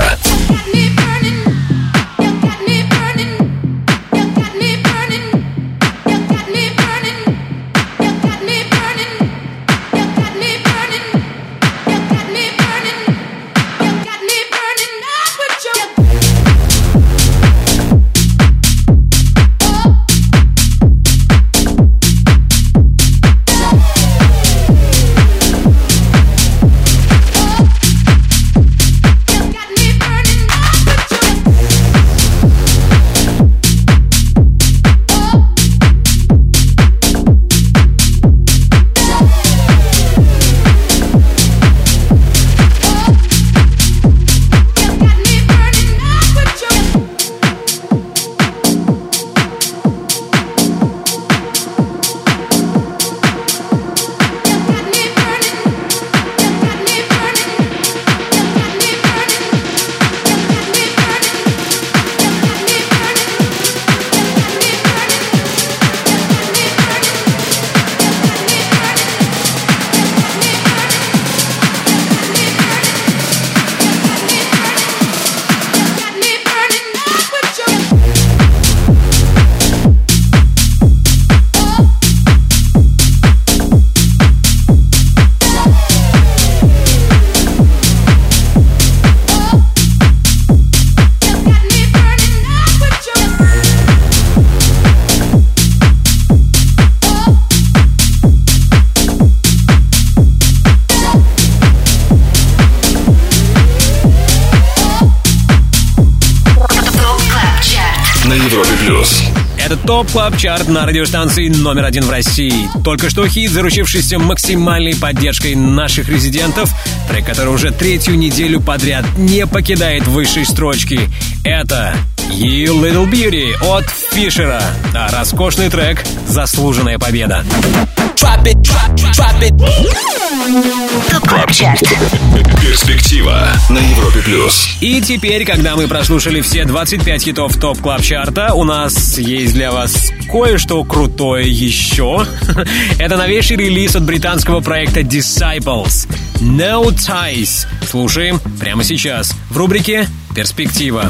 Это ТОП Клаб Чарт на радиостанции номер 1 в России. Только что хит, заручившийся максимальной поддержкой наших резидентов, трек, который уже 3-ю неделю подряд не покидает высшей строчки. Это You Little Beauty от Фишера. Да, роскошный трек, заслуженная победа. ТОП Клаб Чарт. Перспектива на Европе+. И теперь, когда мы прослушали все 25 хитов ТОП Клаб Чарта, у нас есть для вас кое-что крутое еще. Это новейший релиз от британского проекта Disciples. No Ties. Слушаем прямо сейчас в рубрике «Перспектива».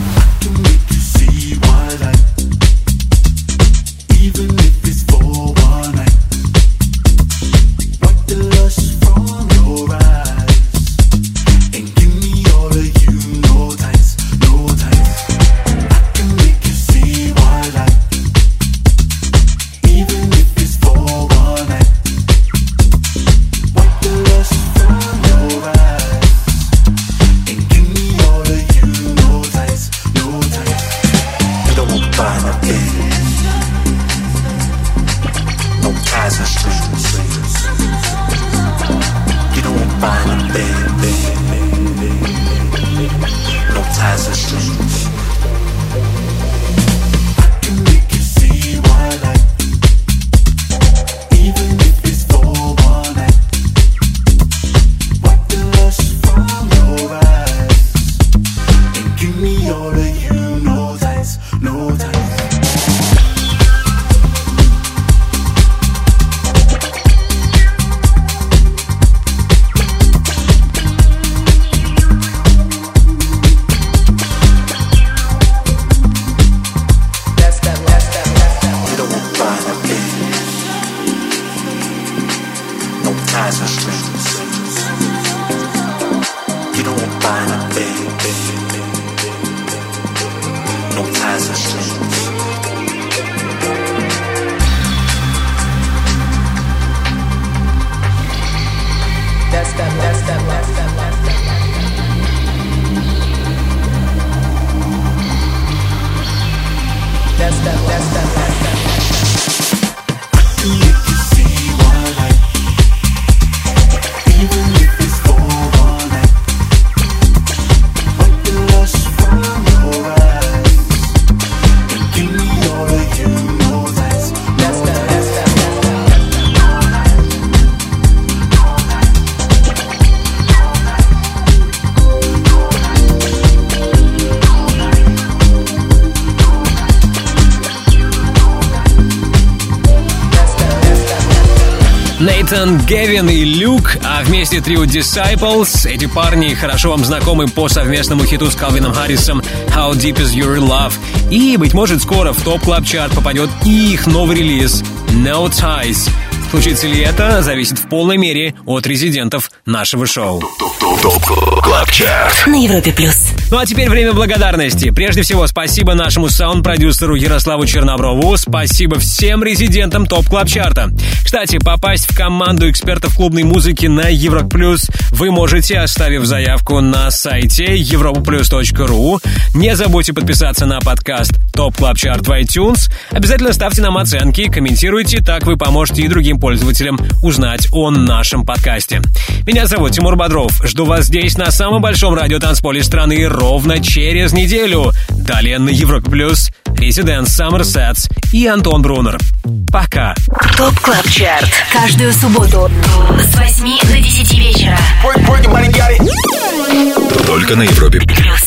Нейтан, Гевин и Люк, а вместе трио Disciples. Эти парни хорошо вам знакомы по совместному хиту с Калвином Харрисом How Deep Is Your Love. И, быть может, скоро в ТОП Клаб Чарт попадет и их новый релиз No Ties. Случится ли это, зависит в полной мере от резидентов нашего шоу. ТОП Клаб Чарт на Европе Плюс. Ну а теперь время благодарности. Прежде всего, спасибо нашему саунд-продюсеру Ярославу Черноброву. Спасибо всем резидентам ТОП Клаб Чарта. Кстати, попасть в команду экспертов клубной музыки на Европе Плюс вы можете, оставив заявку на сайте europaplus.ru. Не забудьте подписаться на подкаст ТОП Клаб Чарт в iTunes. Обязательно ставьте нам оценки, комментируйте, так вы поможете и другим пользователям узнать о нашем подкасте. Меня зовут Тимур Бодров. Жду вас здесь, на самом большом радиотанцполе страны, ровно через неделю. Далее на Европе Плюс Residence, Summer Sets и Антон Брунер. Пока. ТОП Клаб Чарт. Каждую субботу с 8 до 10 вечера. Только на Европе Плюс.